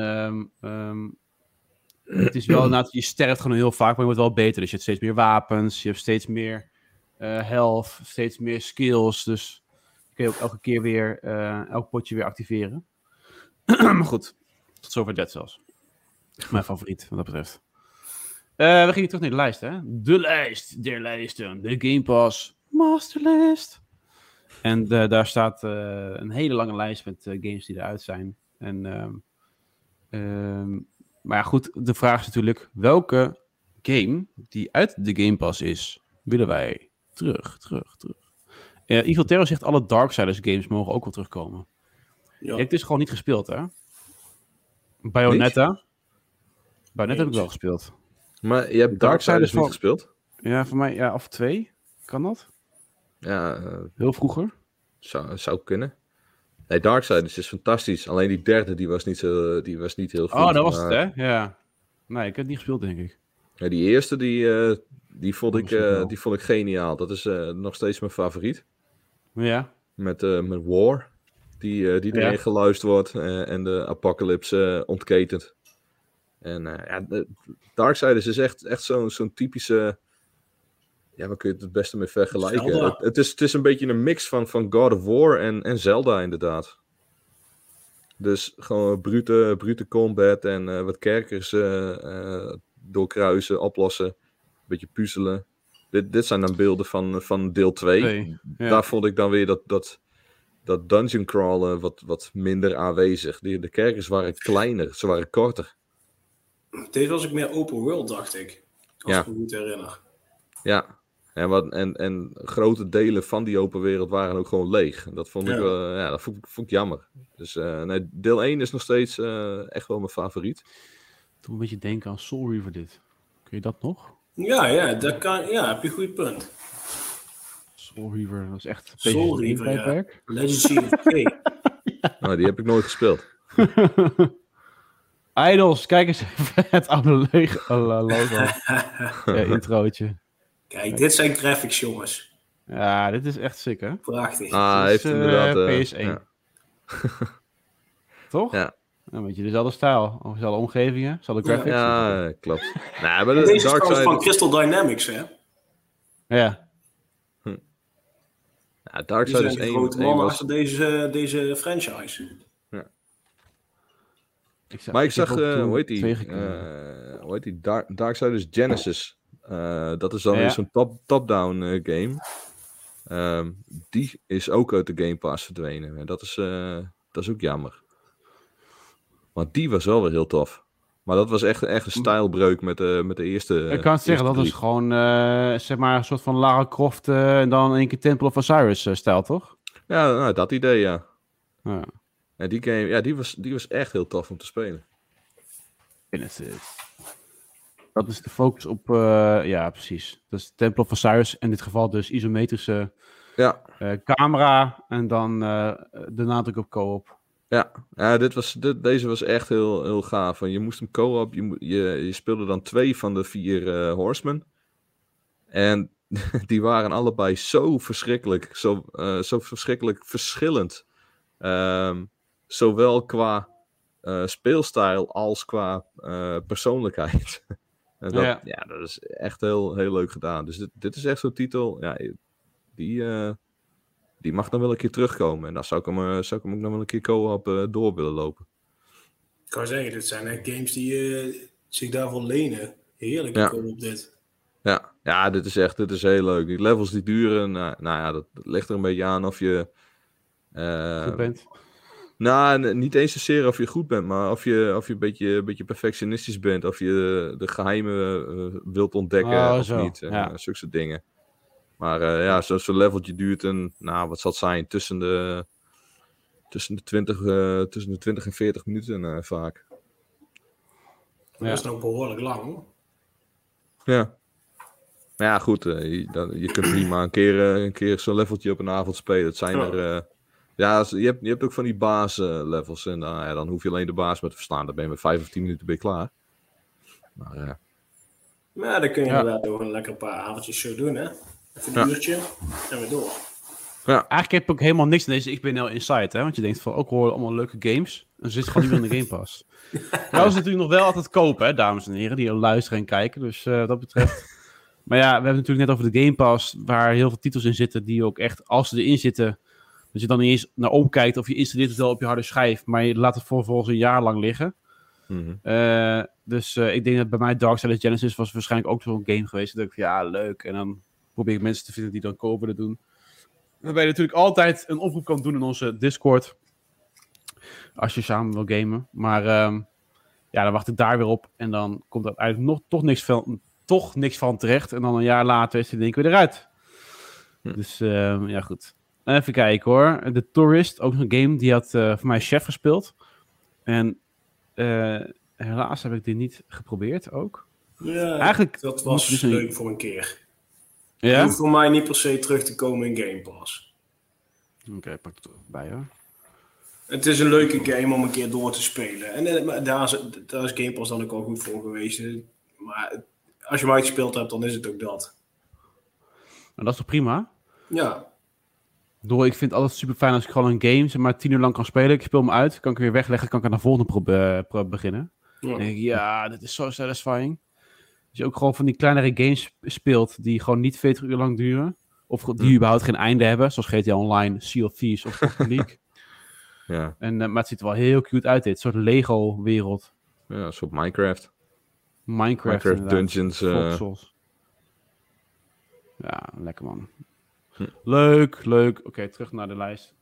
het is wel inderdaad, je sterft gewoon heel vaak, maar je wordt wel beter. Dus je hebt steeds meer wapens, je hebt steeds meer health, steeds meer skills. Dus kun je ook elke keer weer, elk potje weer activeren. Maar goed, tot zover Dead Cells. Mijn favoriet, wat dat betreft. We gingen terug naar de lijst, hè? De lijst der lijsten. De Game Pass Masterlist. En daar staat een hele lange lijst met games die eruit zijn. Maar ja, goed, de vraag is natuurlijk... welke game die uit de Game Pass is, willen wij terug? Evil Terror zegt alle Darksiders games mogen ook wel terugkomen. Je hebt dus gewoon niet gespeeld, hè? Bayonetta. Bayonetta heb ik wel gespeeld. Maar je hebt Darksiders niet gespeeld? Ja, voor mij, of 2. Kan dat? Ja. Heel vroeger? Zou kunnen. Nee, Darksiders is fantastisch. Alleen die derde, die was niet heel goed. Oh, dat was het, hè? Ja. Nee, ik heb het niet gespeeld, denk ik. Ja, die eerste, die vond ik geniaal. Dat is nog steeds mijn favoriet. Ja. Met War. Die erin geluisterd wordt. En de Apocalypse ontketent. En Darksiders is echt zo'n typische... Ja, waar kun je het beste mee vergelijken? Het is een beetje een mix van God of War en Zelda, inderdaad. Dus gewoon brute combat en wat kerkers doorkruisen, oplossen. Een beetje puzzelen. Dit zijn dan beelden van deel 2. Ja. Daar vond ik dan weer dat dungeon crawlen wat minder aanwezig. De kerkers waren kleiner, ze waren korter. Deze was ik meer open world, dacht ik. Als ik me goed herinner. Ja. En grote delen van die open wereld waren ook gewoon leeg. Dat vond ik vond ik jammer. Dus deel 1 is nog steeds echt wel mijn favoriet. Toen een beetje denken aan Soul Reaver dit. Kun je dat nog? Ja, dat kan. Ja, heb je een goed punt. Soul Reaver, dat is echt... Soul Reaver, ja. Legacy of K. Nou, die heb ik nooit gespeeld. Idols, kijk eens even het oude logo. Introotje. Kijk, dit zijn graphics, jongens. Ja, dit is echt sick, hè? Prachtig. Heeft inderdaad... PS1. Ja. Toch? Ja. Een beetje dezelfde stijl. Of dezelfde omgevingen, dezelfde graphics. Ja, klopt. Maar deze is trouwens van Crystal Dynamics, hè? Ja. Ja, Darksiders 1 grote mannen achter deze franchise. Ja. Maar ik zag, hoe heet die? Darksiders Genesis. Dat is dan weer zo'n top-down game. Die is ook uit de Game Pass verdwenen. En dat is ook jammer. Want die was wel weer heel tof. Maar dat was echt een stijlbreuk met de eerste. Ik kan het zeggen, dat is gewoon zeg maar een soort van Lara Croft en dan in één keer Temple of Osiris stijl, toch? Ja, nou, dat idee, ja. Ja. En die game, ja, die was echt heel tof om te spelen. Dat is de focus op, ja, precies. Dat is Temple of Osiris, in dit geval dus isometrische camera en dan de nadruk op co-op. Ja, deze was echt heel, heel gaaf. Je moest hem co-op, je speelde dan 2 van de 4 Horsemen. En die waren allebei zo verschrikkelijk, zo verschrikkelijk verschillend. Zowel qua speelstijl als qua persoonlijkheid. En dat is echt heel, heel leuk gedaan. Dus dit is echt zo'n titel, ja, die mag dan wel een keer terugkomen. En dan zou ik hem ook nog wel een keer co-op door willen lopen. Ik kan zeggen, dit zijn echt games die zich daarvoor lenen. Heerlijk co-op dit. Ja, dit is heel leuk. Die levels die duren, nou ja, dat ligt er een beetje aan of je... goed bent. Nou, niet eens zozeer of je goed bent, maar of je een beetje perfectionistisch bent. Of je de geheimen wilt ontdekken of niet. Zulke soort dingen. Maar zo'n leveltje duurt wat zal het zijn? Tussen de 20 en 40 minuten vaak. Dat is nog behoorlijk lang. Ja. Maar ja, goed. Je kunt prima een keer zo'n leveltje op een avond spelen. Het zijn er... je hebt ook van die baaslevels. En dan hoef je alleen de baas met te verslaan. Dan ben je met 5 of 10 minuten bij klaar. Maar ja, dan kun je inderdaad ook een lekker paar avondjes zo doen, hè? Even een uurtje en weer door. Ja. Eigenlijk heb ik ook helemaal niks aan deze XBNL Insight, hè? Want je denkt van, ook horen allemaal leuke games. En ze zit gewoon niet meer in de Game Pass. Nou is natuurlijk nog wel altijd kopen, hè, dames en heren, die luisteren en kijken. Dus dat betreft... Maar ja, we hebben het natuurlijk net over de Game Pass, waar heel veel titels in zitten, die ook echt, als ze erin zitten, dat je dan niet eens naar opkijkt of je installeert het wel op je harde schijf, maar je laat het vervolgens een jaar lang liggen. Mm-hmm. Dus ik denk dat bij mij Darksiders Genesis was waarschijnlijk ook zo'n game geweest. Dat ik leuk. En dan probeer ik mensen te vinden die dan kopen willen doen. Waarbij je natuurlijk altijd een oproep kan doen in onze Discord. Als je samen wil gamen. Maar dan wacht ik daar weer op. En dan komt er eigenlijk toch niks van terecht. En dan een jaar later is het ding weer eruit. Dus goed. Even kijken hoor. The Tourist, ook een game. Die had voor mij Chef gespeeld. En helaas heb ik die niet geprobeerd ook. Ja, eigenlijk dat was dus leuk voor een keer. Ja? Het hoeft voor mij niet per se terug te komen in Game Pass. Oké, pak het bij hoor. Het is een leuke game om een keer door te spelen. En daar is Game Pass dan ook al goed voor geweest. Maar als je hem uitgespeeld hebt, dan is het ook dat. Nou, dat is toch prima? Ja. Ik vind het altijd super fijn als ik gewoon een game maar 10 uur lang kan spelen. Ik speel hem uit, kan ik weer wegleggen, kan ik aan de volgende beginnen. Ja. Dan denk ik, dit is zo satisfying. Als je ook gewoon van die kleinere games speelt die gewoon niet 40 uur lang duren. Of die überhaupt geen einde hebben. Zoals GTA Online, Sea of Thieves of Rocket League. Ja. Maar het ziet er wel heel cute uit dit. Een soort Lego-wereld. Ja, een soort Minecraft. Minecraft Dungeons. Ja, lekker man. Leuk. Oké, terug naar de lijst.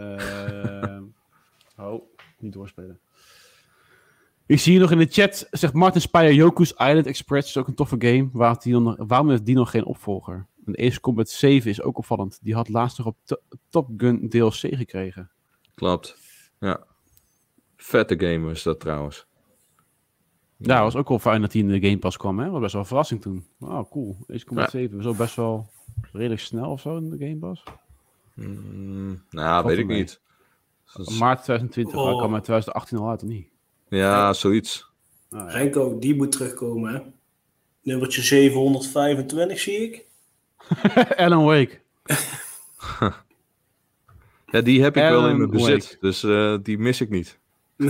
Niet doorspelen. Ik zie hier nog in de chat, zegt Martin Spire, Yoku's Island Express is ook een toffe game. Waarom heeft die nog geen opvolger? En Ace Combat 7 is ook opvallend. Die had laatst nog op Top Gun DLC gekregen. Klopt, ja. Vette game was dat trouwens. Ja, was ook wel fijn dat hij in de Game Pass kwam, hè? Dat was best wel een verrassing toen. Oh, cool. Ace Combat 7 was ook best wel redelijk snel of zo in de Game Pass. Weet ik niet. Maart 2020, kwam in 2018 al uit, of niet? Ja, zoiets. Renko, die moet terugkomen, hè? Nummertje 725 zie ik. Alan Wake. Ja, die heb ik wel in mijn bezit. Dus die mis ik niet.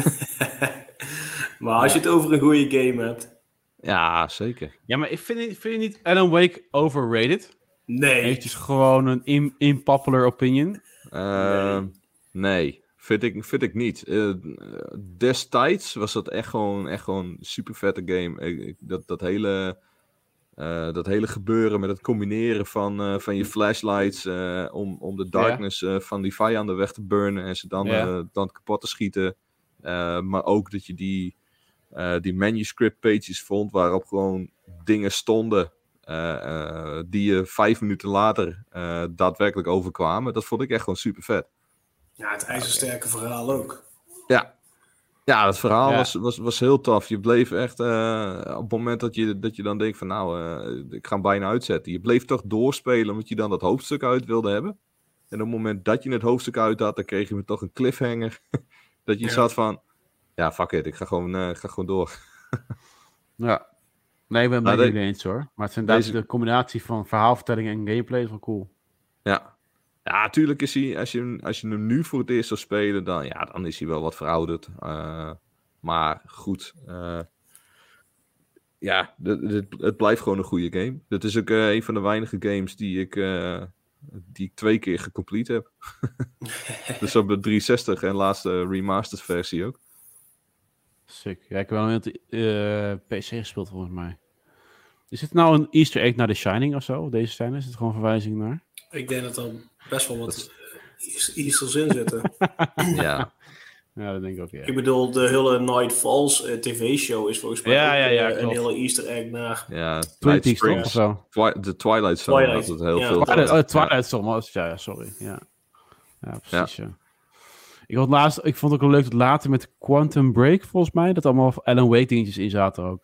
Maar als je het over een goede game hebt. Ja, zeker. Ja, maar vind je niet Alan Wake overrated? Nee. Heeft dus gewoon een unpopular opinion? Nee. Vind ik niet. Destijds was dat echt gewoon super vette game. Dat hele dat hele gebeuren met het combineren van je flashlights om de darkness van die vijanden weg te burnen en ze dan kapot te schieten. Maar ook dat je die manuscript pages vond waarop gewoon dingen stonden die je 5 minuten later daadwerkelijk overkwamen. Dat vond ik echt gewoon super vet. Ja, het ijzersterke verhaal ook. Ja, het verhaal was heel tof. Je bleef echt, op het moment dat je dan denkt van ik ga hem bijna uitzetten. Je bleef toch doorspelen omdat je dan dat hoofdstuk uit wilde hebben. En op het moment dat je het hoofdstuk uit had, dan kreeg je me toch een cliffhanger. Dat je zat van, ja, fuck it, ik ga gewoon door. Ja. Nee, ik ben het niet eens hoor. Maar het is inderdaad de combinatie van verhaalvertelling en gameplay is wel cool. Ja. Ja, natuurlijk is hij, als je hem nu voor het eerst zou spelen, dan is hij wel wat verouderd. Maar goed. Het blijft gewoon een goede game. Dit is ook een van de weinige games die ik 2 keer gecomplete heb. Dus op de 360 en laatste remastered versie ook. Sick. Ja, ik heb wel met de PC gespeeld volgens mij. Is het nou een Easter egg naar The Shining of zo? Deze scène? Is het gewoon een verwijzing naar? Ik denk dat er best wel wat Easter's in zitten. Ja. Ja, dat denk ik ook, ja. Ik bedoel, de hele Night Falls tv-show is volgens mij een hele Easter egg naar... Ja, Twin Peaks toch, of zo? de Twilight Zone had het heel veel. Twilight Zone, ja, sorry. Ja, precies, ja. Ik vond ook wel leuk dat later met Quantum Break, volgens mij, dat allemaal Alan Wake dingetjes in zaten ook.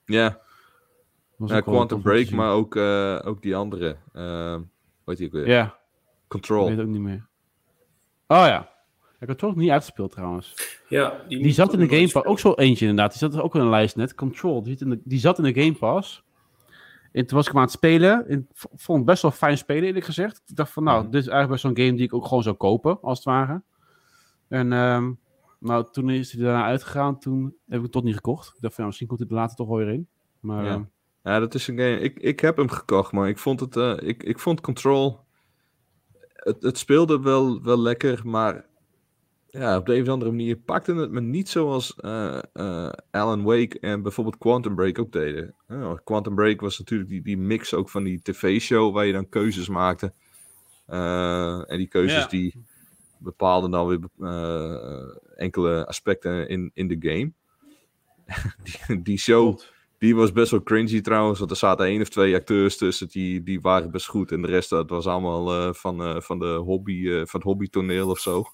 Quantum Break, maar ook die andere. Weet je ook weer? Ja. Control. Ik weet het ook niet meer. Oh ja. Ik had het ook niet uitgespeeld trouwens. Ja, die zat in de Game Pass. Ook zo eentje inderdaad. Die zat ook in een lijst net. Control. Die zat in de Game Pass. En toen was ik hem aan het spelen. Ik vond het best wel fijn spelen eerlijk gezegd. Ik dacht van dit is eigenlijk best zo'n game die ik ook gewoon zou kopen. Als het ware. En toen is hij daarna uitgegaan. Toen heb ik het tot niet gekocht. Ik dacht van misschien komt hij er later toch wel weer in. Maar... Ja, dat is een game. Ik heb hem gekocht, maar ik vond het. Ik vond Control. Het speelde wel lekker, maar ja, op de een of andere manier pakte het me niet zoals Alan Wake en bijvoorbeeld Quantum Break ook deden. Quantum Break was natuurlijk die mix ook van die tv-show waar je dan keuzes maakte. En die keuzes die bepaalden dan weer enkele aspecten in de game. die show. Die was best wel cringy trouwens, want er zaten 1 of 2 acteurs tussen die waren best goed. En de rest dat was allemaal van het hobbytoneel of zo.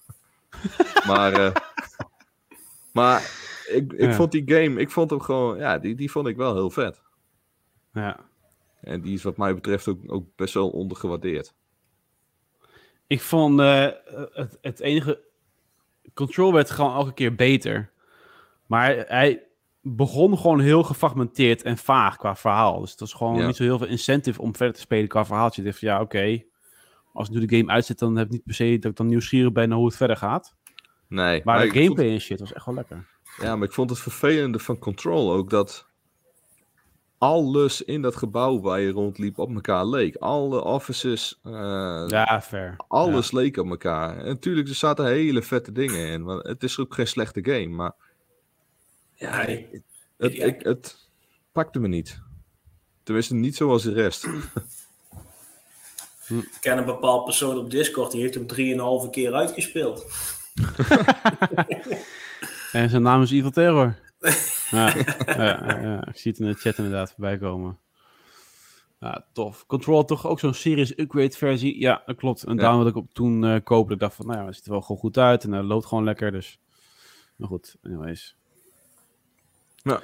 maar ik vond die game, ik vond hem gewoon, die vond ik wel heel vet. Ja. En die is wat mij betreft ook best wel ondergewaardeerd. Ik vond het enige... Control werd gewoon elke keer beter. Maar hij begon gewoon heel gefragmenteerd en vaag qua verhaal. Dus het was gewoon niet zo heel veel incentive om verder te spelen qua verhaaltje. Ik dacht van als ik nu de game uitzet, dan heb ik niet per se dat ik dan nieuwsgierig ben naar hoe het verder gaat. Nee. Maar de gameplay en shit was echt wel lekker. Ja, maar ik vond het vervelende van Control ook dat alles in dat gebouw waar je rondliep op elkaar leek. Alle offices. Fair. Alles leek op elkaar. En natuurlijk, er zaten hele vette dingen in. Want het is ook geen slechte game, maar het pakte me niet. Tenminste, niet zoals de rest. Ik ken een bepaald persoon op Discord, die heeft hem 3,5 keer uitgespeeld. En zijn naam is Evil Terror. Ik zie het in de chat inderdaad voorbij komen. Ja, tof. Control toch ook zo'n Serious Upgrade versie? Ja, dat klopt. En daarom wilde ik toen kopen. Ik dacht van, het ziet er wel gewoon goed uit. En het loopt gewoon lekker, dus... Maar goed, anyways. Ja.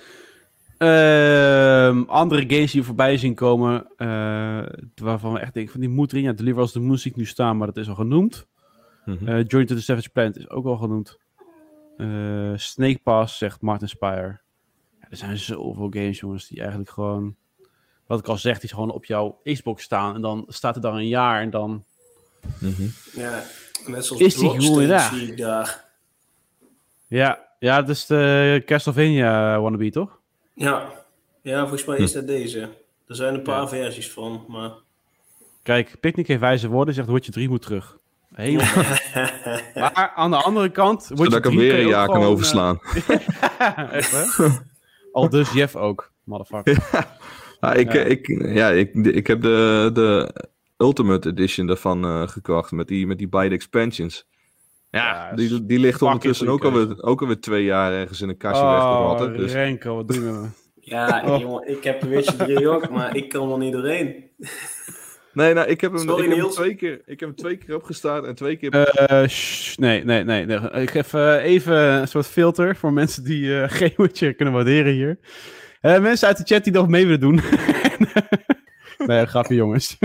Andere games die we voorbij zien komen, waarvan we echt denken van die moet erin. Ja, Deliver Us the Moon zie ik nu staan, maar dat is al genoemd. Journey to the Savage Planet is ook al genoemd. Snake Pass, zegt Martin Spire. Ja, er zijn zoveel games, jongens, die eigenlijk gewoon, wat ik al zeg, die gewoon op jouw Xbox staan. En dan staat er dan een jaar en dan... Ja, net zoals is die gewoon zie ik daar. Ja, dat is de Castlevania wannabe, toch? Ja, volgens mij is dat deze. Er zijn een paar versies van, maar... Kijk, Picnic heeft wijze woorden, zegt Witcher 3 moet terug. Helemaal. Maar aan de andere kant... Zodat ik hem weer een jaar kan overslaan. Echt, hè? Al dus Jeff ook, motherfucker. Ik heb de Ultimate Edition daarvan gekocht met die beide expansions. Ja, die ligt ondertussen ook alweer 2 jaar ergens in een kastje weg te rotten. Dus... Renko, wat doe je met me? Ja, jongen, ik heb de Witcher 3 ook, maar ik kan er niet doorheen. Nee, ik heb hem 2 keer opgestart en 2 keer... Nee. Ik geef even een soort filter voor mensen die geen Witcher kunnen waarderen hier. Mensen uit de chat die nog mee willen doen. Nee, grapje jongens.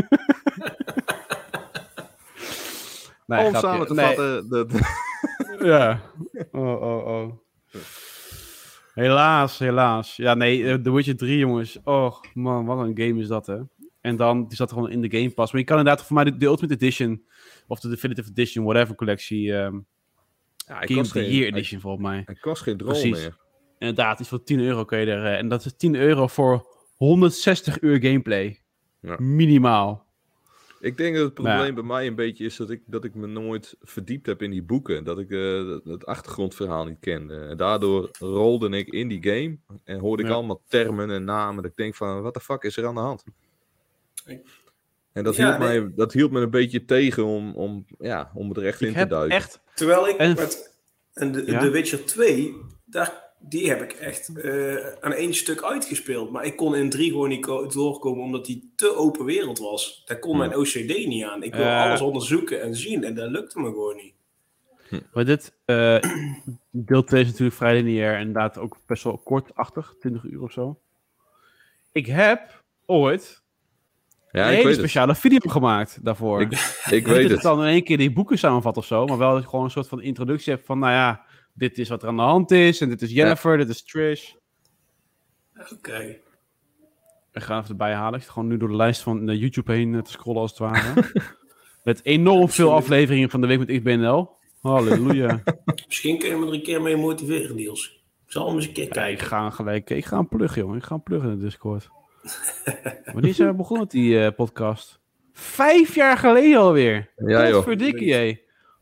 Om samen te vatten... Ja. Oh. Helaas. Ja, nee, The Witcher 3, jongens. Oh, man, wat een game is dat, hè. En dan, die zat gewoon in de Game Pass. Maar je kan inderdaad voor mij de Ultimate Edition, of de Definitive Edition, whatever collectie, Game of the Year Edition, volgens mij. Het kost geen drol meer. Inderdaad, iets voor €10 kun je er... en dat is €10 voor 160 uur gameplay. Ja. Minimaal. Ik denk dat het probleem bij mij een beetje is dat ik me nooit verdiept heb in die boeken. Dat ik het achtergrondverhaal niet kende. En daardoor rolde ik in die game en hoorde ik allemaal termen en namen. Dat ik denk van, wat de fuck is er aan de hand? En dat hield me een beetje tegen om er echt in te duiken. Terwijl ik de Witcher 2, die heb ik echt aan 1 stuk uitgespeeld. Maar ik kon in 3 gewoon niet doorkomen omdat die te open wereld was. Daar kon mijn OCD niet aan. Ik wil alles onderzoeken en zien en dat lukte me gewoon niet. Maar dit, deel 2 is natuurlijk vrij lineair en inderdaad ook best wel kortachtig, 20 uur of zo. Ik heb ooit een hele speciale video gemaakt daarvoor. Ik weet het. Dan in 1 keer die boeken samenvat of zo, maar wel dat je gewoon een soort van introductie hebt van, nou ja, dit is wat er aan de hand is en dit is Yennefer, dit is Trish. Oké. Ik ga even erbij halen. Ik zit gewoon nu door de lijst van de YouTube heen te scrollen als het ware. Met enorm veel afleveringen van de Week met XBNL. Halleluja. Misschien kun je me er een keer mee motiveren, Niels. Ik zal hem eens een keer kijken. Ik ga hem pluggen, jongen. Ik ga hem pluggen in de Discord. Wanneer zijn we begonnen met die podcast? 5 jaar geleden alweer. Ja, joh. Verdikkie, hé.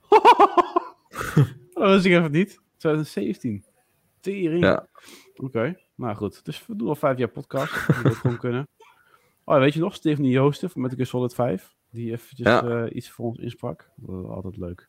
Dat wist ik even niet. 2017. Tering. Ja. Oké, nou goed. Dus we doen al 5 jaar podcast. Dat moet gewoon kunnen. Oh, weet je nog? Stephanie Joosten van Metal Gear Solid 5. Die eventjes iets voor ons insprak. Dat was altijd leuk.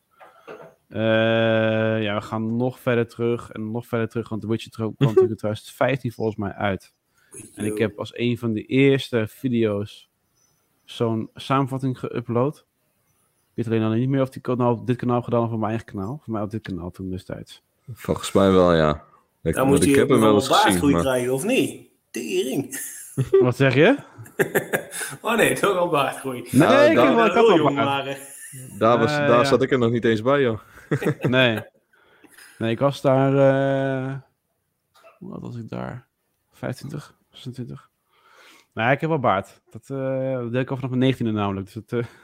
We gaan nog verder terug. En nog verder terug. Want The Witcher kwam natuurlijk in 2015 volgens mij uit. En ik heb als een van de eerste video's zo'n samenvatting geüpload. Ik weet alleen al niet meer of die op dit kanaal gedaan of op mijn eigen kanaal. Voor mij op dit kanaal toen destijds. Volgens mij wel, ja. Dan moet je wel een baardgroei krijgen, of niet? Tering. Wat zeg je? Oh nee, toch wel baardgroei. Nee, ik had wel baard. Daar zat ik er nog niet eens bij, joh. Nee, ik was daar... Wat was ik daar? 25, 26. Nee, ik heb wel baard. Dat deed ik al vanaf mijn 19e namelijk. Dus dat...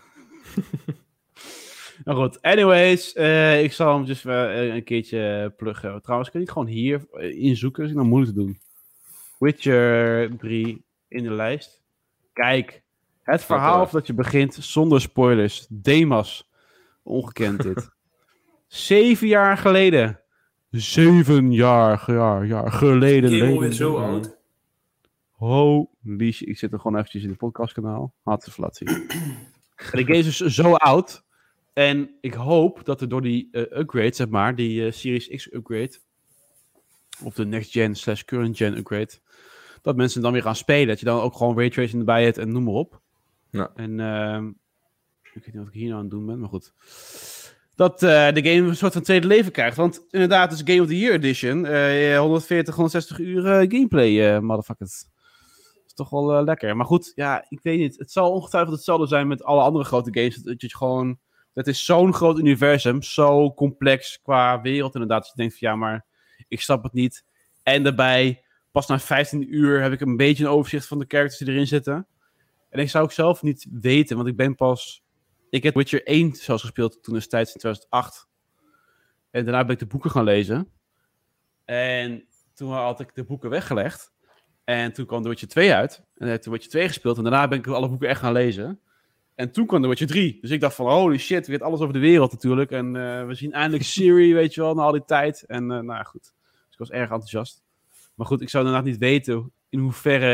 Nou goed, anyways, ik zal hem dus een keertje pluggen. Trouwens, kan ik niet gewoon hier inzoeken? Dat is nou moeilijk te doen. Witcher 3 in de lijst. Kijk, het verhaal dat je begint zonder spoilers. Demas, ongekend dit. 7 jaar geleden. 7 jaar geleden. Ik ben zo oud. Holy shit, ik zit er gewoon eventjes in het podcastkanaal. Hartstikke flat. En de game is dus zo oud. En ik hoop dat er door die upgrade, zeg maar, die Series X upgrade, of de next gen / current gen upgrade, dat mensen dan weer gaan spelen. Dat je dan ook gewoon raytracing erbij hebt en noem maar op. Ja. En ik weet niet wat ik hier nou aan het doen ben, maar goed. Dat de game een soort van tweede leven krijgt. Want inderdaad, het is Game of the Year Edition. 140, 160 uur gameplay, motherfuckers. Dat is toch wel lekker. Maar goed, ja, ik weet niet. Het zal ongetwijfeld hetzelfde zijn met alle andere grote games. Dat je gewoon... Het is zo'n groot universum, zo complex qua wereld inderdaad. Dat je denkt van ja, maar ik snap het niet. En daarbij, pas na 15 uur heb ik een beetje een overzicht van de characters die erin zitten. En ik zou ook zelf niet weten, want ik heb Witcher 1 zelfs gespeeld toen destijds in 2008. En daarna ben ik de boeken gaan lezen. En toen had ik de boeken weggelegd. En toen kwam The Witcher 2 uit. En heb ik The Witcher 2 gespeeld. En daarna ben ik alle boeken echt gaan lezen. En toen kwam The Witcher 3. Dus ik dacht van, holy shit, we weten alles over de wereld natuurlijk. En we zien eindelijk Ciri, weet je wel, na al die tijd. En nou goed. Dus ik was erg enthousiast. Maar goed, ik zou inderdaad niet weten in hoeverre het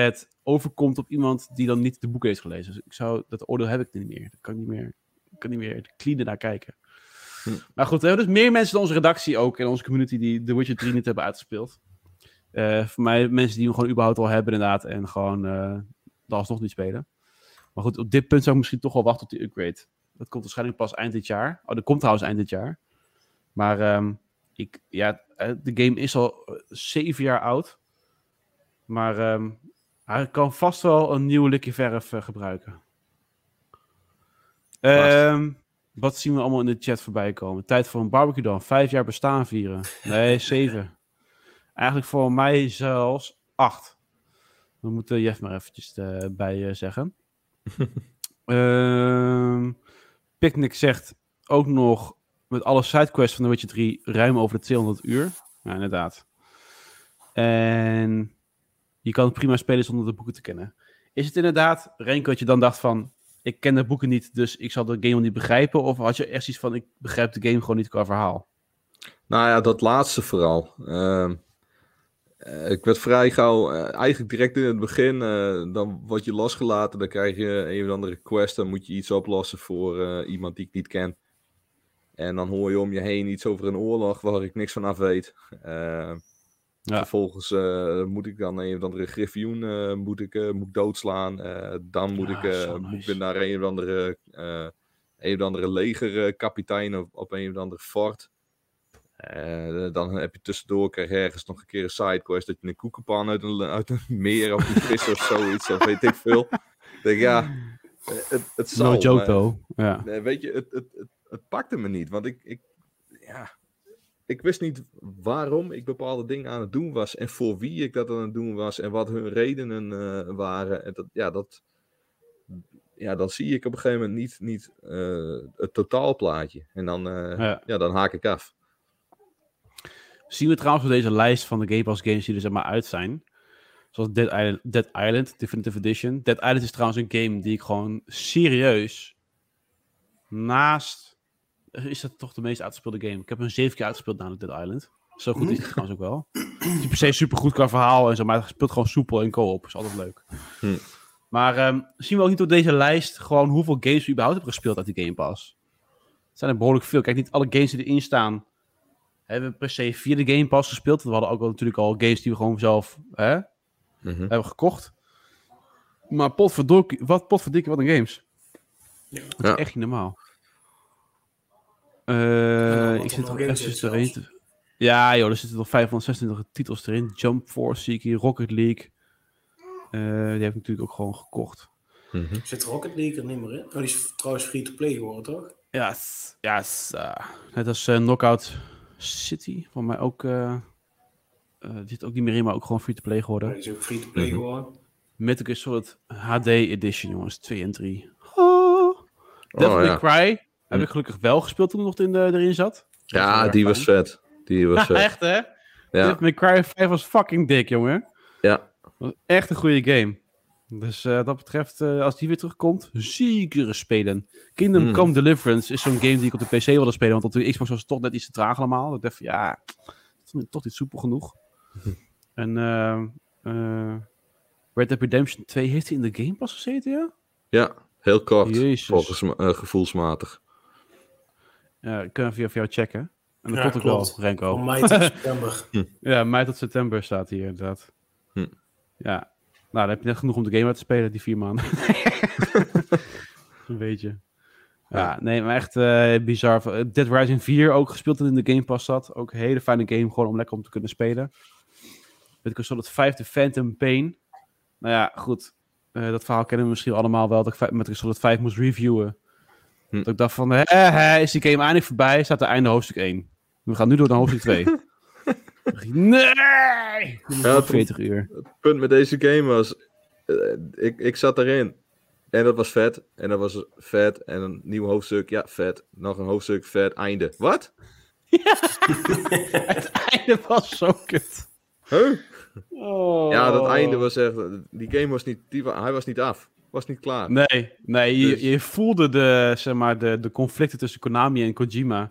overkomt op iemand die dan niet de boek heeft gelezen. Dus dat oordeel heb ik niet meer. Ik kan niet meer clean naar kijken. Maar goed, we hebben dus meer mensen in onze redactie ook, in onze community, die The Witcher 3 niet hebben uitgespeeld. Voor mij mensen die hem gewoon überhaupt al hebben inderdaad, en gewoon dat alsnog niet spelen. Maar goed, op dit punt zou ik misschien toch wel wachten op die upgrade. Dat komt waarschijnlijk pas eind dit jaar. Dat komt trouwens eind dit jaar. Maar de game is al 7 jaar oud. Maar hij kan vast wel een nieuw likje verf gebruiken. Wat zien we allemaal in de chat voorbij komen? Tijd voor een barbecue dan. 5 jaar bestaan vieren. Nee, 7. Eigenlijk voor mij zelfs 8. We moeten Jeff maar eventjes bij zeggen. Picnic zegt ook nog met alle sidequests van The Witcher 3 ruim over de 200 uur. Ja, inderdaad. En je kan het prima spelen zonder de boeken te kennen. Is het inderdaad, Renko, dat je dan dacht van, ik ken de boeken niet, dus ik zal de game niet begrijpen? Of had je echt iets van, ik begrijp de game gewoon niet qua verhaal? Nou ja, dat laatste vooral. Ik werd vrij gauw, eigenlijk direct in het begin, dan word je losgelaten, dan krijg je een of andere quest, dan moet je iets oplossen voor iemand die ik niet ken. En dan hoor je om je heen iets over een oorlog waar ik niks van af weet. Vervolgens moet ik dan een of andere griffioen moet ik doodslaan. Dan moet ik weer naar een of andere legerkapitein op een of andere fort. Dan heb je tussendoor krijg je ergens nog een keer een sidequest dat je een koekenpan uit een meer of een vis of zoiets, of weet ik veel. Ik denk, ja, het zal. No joke though. Ja. Weet je, het pakte me niet, want ik wist niet waarom ik bepaalde dingen aan het doen was en voor wie ik dat aan het doen was en wat hun redenen waren. En dan zie ik op een gegeven moment niet het totaalplaatje. En dan haak ik af. Zien we trouwens op deze lijst van de Game Pass games die er zeg maar uit zijn. Zoals Dead Island, Definitive Edition. Dead Island is trouwens een game die ik gewoon serieus naast... Is dat toch de meest uitgespeelde game? Ik heb hem 7 keer uitgespeeld namelijk Dead Island. Zo goed is het trouwens ook wel. Het is niet per se super goed qua verhaal en zo, maar het speelt gewoon soepel en co-op. Is altijd leuk. Maar zien we ook niet op deze lijst gewoon hoeveel games we überhaupt hebben gespeeld uit die Game Pass? Het zijn er behoorlijk veel. Kijk, niet alle games die erin staan hebben we per se via de Game Pass gespeeld. We hadden ook wel natuurlijk al games die we gewoon zelf hebben gekocht. Maar potverdikke, wat een games. Ja. Dat is echt niet normaal. Ik zit er eventjes erin. Ja joh, er zitten nog 526 titels erin. Jump Force zie ik hier, Rocket League. Die heb ik natuurlijk ook gewoon gekocht. Zit Rocket League er niet meer in? Oh, die is trouwens free-to-play geworden, toch? Ja, net als Knockout City. Voor mij ook... die zit ook niet meer in, maar ook gewoon free-to-play geworden. Die is ook free-to-play geworden. Met ook een soort HD edition, jongens. 2 en 3. Devil May Cry heb ik gelukkig wel gespeeld toen het nog erin zat. Ja, die was vet. Echt, hè? Ja. Devil May Cry 5 was fucking dik, jongen. Ja. Dat was echt een goede game. Dus dat betreft, als die weer terugkomt, zeker spelen. Kingdom Come Deliverance is zo'n game die ik op de PC wilde spelen, want op de Xbox was het toch net iets te traag allemaal. Ik dacht van, ja, het is toch niet soepel genoeg. En Red Dead Redemption 2, heeft hij in de Game Pass gezeten, ja? Ja, heel kort, Jezus. volgens gevoelsmatig. Ik kan even voor jou checken. En dat komt ook wel, Renko. Van mei tot september. Ja, mei tot september staat hier inderdaad. Ja. Nou, dan heb je net genoeg om de game uit te spelen, die 4 maanden. Een beetje. Ja, nee, maar echt bizar. Dead Rising 4 ook gespeeld dat in de Game Pass zat. Ook een hele fijne game, gewoon om lekker om te kunnen spelen. Weet ik Solid 5, The Phantom Pain. Nou ja, goed. Dat verhaal kennen we misschien allemaal wel. Dat ik met Solid 5 moest reviewen. Dat ik dacht van, is die game eindelijk voorbij? Staat er einde hoofdstuk 1. We gaan nu door naar hoofdstuk 2. Nee! 40 uur. Het punt met deze game was... Ik zat erin. En dat was vet. En dat was vet. En een nieuw hoofdstuk. Ja, vet. Nog een hoofdstuk. Vet. Einde. Wat? Ja. Het einde was zo kut. Huh? Oh. Ja, dat einde was echt... Die game was niet... Hij was niet af. Was niet klaar. Nee. Dus... Je voelde de conflicten tussen Konami en Kojima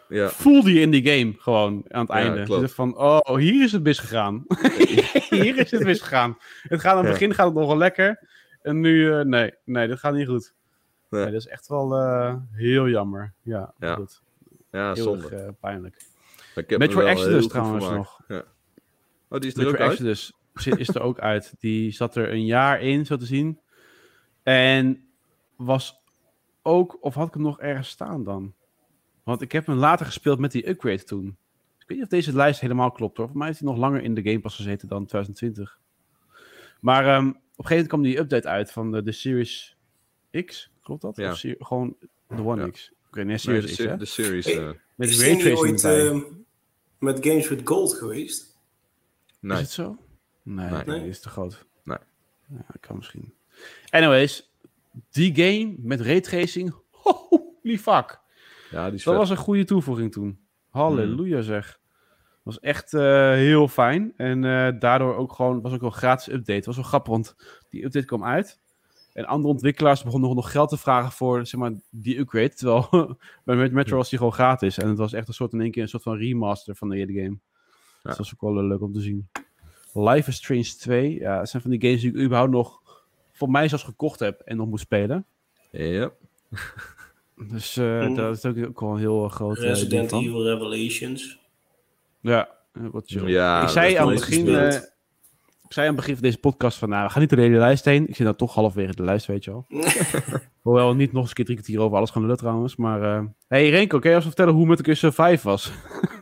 voelde je in die game gewoon aan het einde. Klopt. Dus van, oh, hier is het misgegaan. Hier is het misgegaan. Het gaat aan het begin gaat het nog wel lekker. En nu, nee, dat gaat niet goed. Nee, dat is echt wel heel jammer. Ja. Goed. Ja, heel zonde. erg pijnlijk. Metro Exodus trouwens nog. Ja. Oh, die is er ook uit? Exodus is er ook uit. Die zat er een jaar in, zo te zien. En was ook, of had ik hem nog ergens staan dan? Want ik heb hem later gespeeld met die upgrade toen. Ik weet niet of deze lijst helemaal klopt hoor. Voor mij is hij nog langer in de Game Pass gezeten dan 2020. Maar op een gegeven moment kwam die update uit van de Series X. Klopt dat? Ja. Of gewoon de One X? Oké, nee, Series X hè? De Series. Met Is Ray die Tracing ooit met Games with Gold geweest? Nee. Is het zo? Nee, die is te groot. Nee. Ja, kan misschien. Anyways, die game met raytracing, holy fuck. Ja, die is Dat vet. was een goede toevoeging toen. Halleluja zeg. Dat was echt heel fijn. En daardoor ook gewoon, was ook wel een gratis update. Het was wel grappig, want die update kwam uit. En andere ontwikkelaars begonnen nog geld te vragen voor zeg maar, die upgrade. Terwijl bij Metro was die gewoon gratis. En het was echt in één keer een soort van remaster van de hele game. Dus dat was ook wel leuk om te zien. Life is Strange 2. Ja, dat zijn van die games die ik überhaupt nog voor mij zelfs gekocht heb en nog moet spelen. Ja. Dus dat is ook wel een heel groot Resident ding van. Evil Revelations. Ja, wat chill. Ja, ik zei aan nooit het begin van deze podcast van, nou, we gaan niet door de hele lijst heen. Ik zit nou toch halverwege de lijst, weet je wel. Hoewel niet nog eens een keer 3 kwartier over alles gaan lullen trouwens. Maar, hey Renko, kan je ons vertellen hoe Metal Gear Survive was?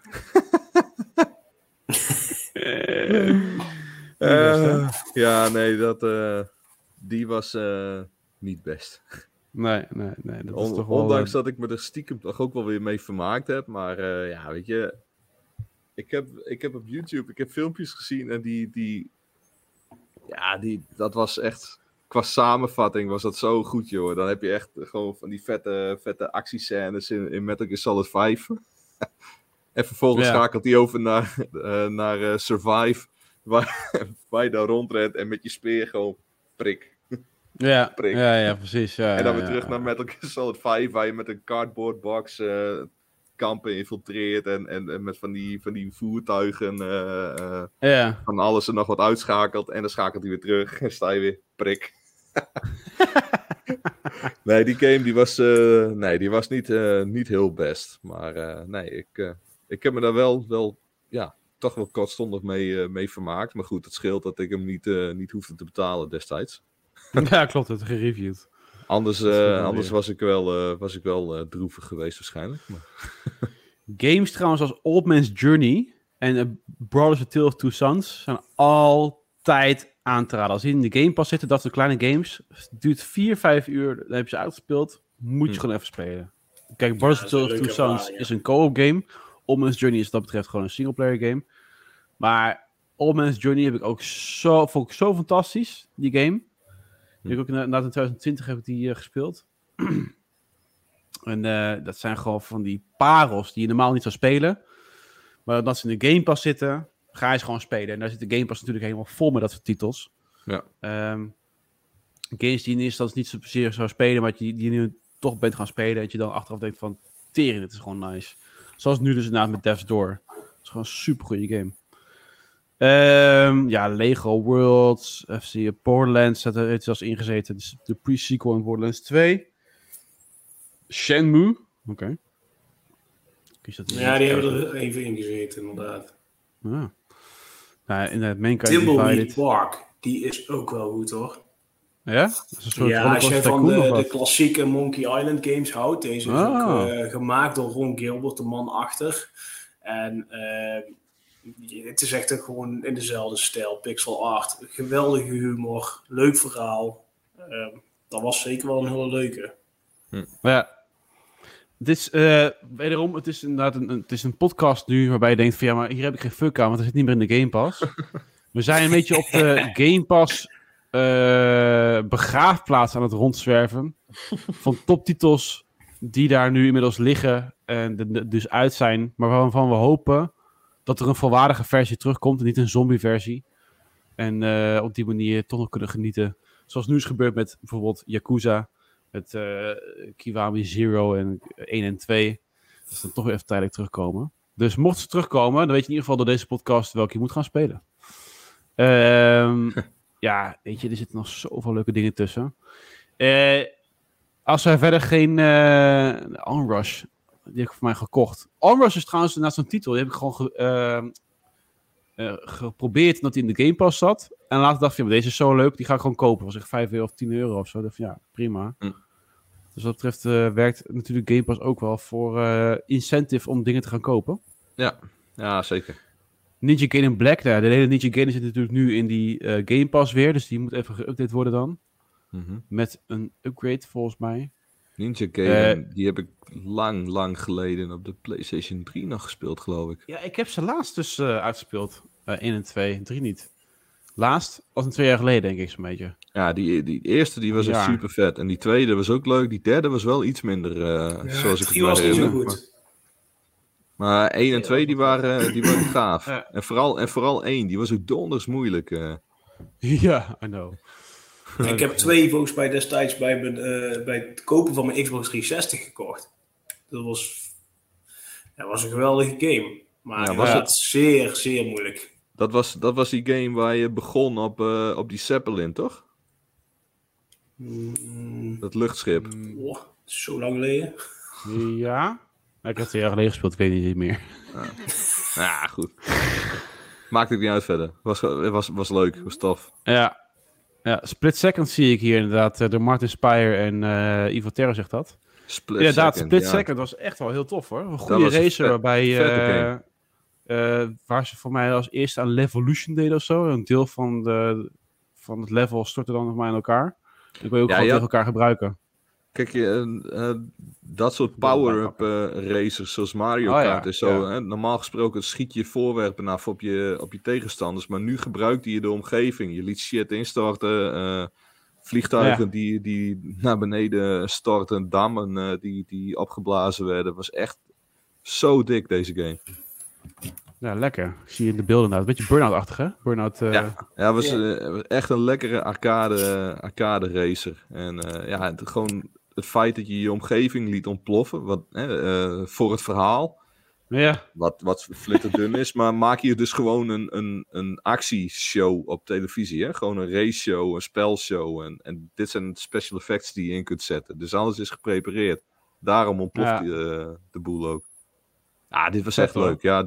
Ja, nee, die was niet best. Nee, dat is toch wel... Ondanks dat ik me er stiekem toch ook wel weer mee vermaakt heb. Maar ja, weet je... Ik heb op YouTube filmpjes gezien en dat was echt... Qua samenvatting was dat zo goed, joh. Dan heb je echt gewoon van die vette actiescènes in Metal Gear Solid 5. En vervolgens schakelt hij over naar Survive. Waar je dan rondrent en met je speer gewoon prik. Ja, prik. ja, precies. Ja, en dan weer terug naar Metal Gear Solid 5, waar je met een cardboard box kampen infiltreert en met van die voertuigen van alles en nog wat uitschakelt. En dan schakelt hij weer terug en sta je weer prik. Nee, die game die was niet heel best. Maar nee, ik heb me daar wel toch wel kortstondig mee vermaakt. Maar goed, het scheelt dat ik hem niet hoefde te betalen destijds. Ja, klopt, het gereviewd. Anders was ik wel droevig geweest waarschijnlijk. Maar... Games trouwens als Old Man's Journey en Brothers A Tale of Two Sons zijn altijd aan te raden. Als die in de Game Pass zitten, dat soort kleine games, het duurt 4-5 uur, dan heb je ze uitgespeeld, moet je gewoon even spelen. Kijk, Brothers A Tale of Two Sons is een co-op game. Old Man's Journey is wat dat betreft gewoon een singleplayer game. Maar Old Man's Journey heb ik ook vond ik zo fantastisch, die game. Die heb ik ook in 2020 heb ik die gespeeld. En dat zijn gewoon van die parels die je normaal niet zou spelen. Maar dat ze in de Game Pass zitten, ga je ze gewoon spelen. En daar zit de Game Pass natuurlijk helemaal vol met dat soort titels. Ja. Games die in eerste instantie niet zo plezier zou spelen, maar die je nu toch bent gaan spelen. Dat je dan achteraf denkt van, tering, dit is gewoon nice. Zoals nu dus inderdaad met Death's Door. Dat is gewoon een super goede game. Lego Worlds, FC Borderlands, dat heeft zelfs ingezeten. Dus de pre-sequel in Borderlands 2. Shenmue, oké. Ja, die hebben er even in gezeten, inderdaad. Ja. Nou, in het Mankind Timberwolf Divided. Park, die is ook wel goed, hoor. Ja? Dat is een soort als je van de de klassieke Monkey Island games houdt, deze is ook gemaakt door Ron Gilbert, de man achter. En het is echt ook gewoon in dezelfde stijl, pixel art, geweldige humor, leuk verhaal. Dat was zeker wel een hele leuke. Ja. Het is wederom, het is inderdaad het is een podcast nu waarbij je denkt van ja, maar hier heb ik geen fuck aan, want het zit niet meer in de Game Pass. We zijn een beetje op de Game Pass begraafplaats aan het rondzwerven van toptitels die daar nu inmiddels liggen en dus uit zijn, maar waarvan we hopen dat er een volwaardige versie terugkomt en niet een zombie versie. En op die manier toch nog kunnen genieten. Zoals nu is gebeurd met bijvoorbeeld Yakuza, met Kiwami Zero en 1 en 2. Dus dan toch weer even tijdelijk terugkomen. Dus mocht ze terugkomen, dan weet je in ieder geval door deze podcast welke je moet gaan spelen. Ja, weet je, er zitten nog zoveel leuke dingen tussen. Als wij verder geen Onrush, die heb ik voor mij gekocht. Onrush is trouwens naast zo'n titel, die heb ik gewoon geprobeerd dat hij in de Game Pass zat. En later dacht ik, ja, deze is zo leuk, die ga ik gewoon kopen. Dat was echt 5 euro of 10 euro of zo. Ik dacht, ja, prima. Dus wat dat betreft werkt natuurlijk Game Pass ook wel voor incentive om dingen te gaan kopen. Ja, zeker. Ninja Gaiden Black, de hele Ninja Gaiden zit natuurlijk nu in die Game Pass weer. Dus die moet even geüpdate worden dan. Met een upgrade volgens mij. Ninja Gaiden, die heb ik lang geleden op de PlayStation 3 nog gespeeld, geloof ik. Ja, ik heb ze laatst dus uitgespeeld. 1 en 2, 3 niet. Laatst was een 2 jaar geleden, denk ik zo'n beetje. Ja, die eerste die was echt super vet. En die tweede was ook leuk. Die derde was wel iets minder, zoals ik het was niet zo goed. Maar 1 en 2 die waren gaaf. Ja. En vooral 1, die was ook donders moeilijk. Ja, I know. Ik heb 2 volgens mij destijds bij het kopen van mijn Xbox 360 gekocht. Dat was een geweldige game. Maar was het zeer, zeer moeilijk. Dat was die game waar je begon op die Zeppelin, toch? Dat luchtschip. Zo lang geleden. Ja. Ik had 2 jaar geleden gespeeld, ik weet niet meer. Ja, goed. Maakt het niet uit verder. Was leuk, was tof. Ja, Split Second zie ik hier inderdaad. Door Martin Spire en Ivo Terra zegt dat. Split Second was echt wel heel tof hoor. Een goede racer waarbij... waar ze voor mij als eerste aan Levolution deden of zo. Een deel van het level stortte dan nog maar in elkaar. Ik wil je ook gewoon tegen elkaar gebruiken. Kijk, dat soort power-up racers zoals Mario Kart en zo. Hè? Normaal gesproken schiet je voorwerpen af op je tegenstanders. Maar nu gebruikte je de omgeving. Je liet shit instorten. Vliegtuigen die naar beneden storten. Dammen die opgeblazen werden. Was echt zo dik deze game. Ja, lekker. Ik zie je in de beelden nou. Een beetje Burnout-achtig, hè? Burnout. Ja, was echt een lekkere arcade racer. En gewoon het feit dat je omgeving liet ontploffen, voor het verhaal, wat flitterdun is, maar maak je dus gewoon een actieshow op televisie, hè? Gewoon een raceshow, een spelshow. En dit zijn special effects die je in kunt zetten. Dus alles is geprepareerd. Daarom ontploft de boel ook. Ja, dit was echt leuk. Ja,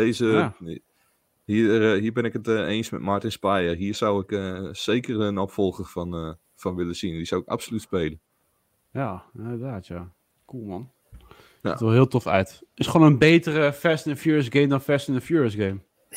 hier ben ik het eens met Martin Spire. Hier zou ik zeker een opvolger van willen zien. Die zou ik absoluut spelen. Ja, inderdaad, ja. Cool, man. Het ziet er wel heel tof uit. Is gewoon een betere Fast and Furious game dan Fast and the Furious game.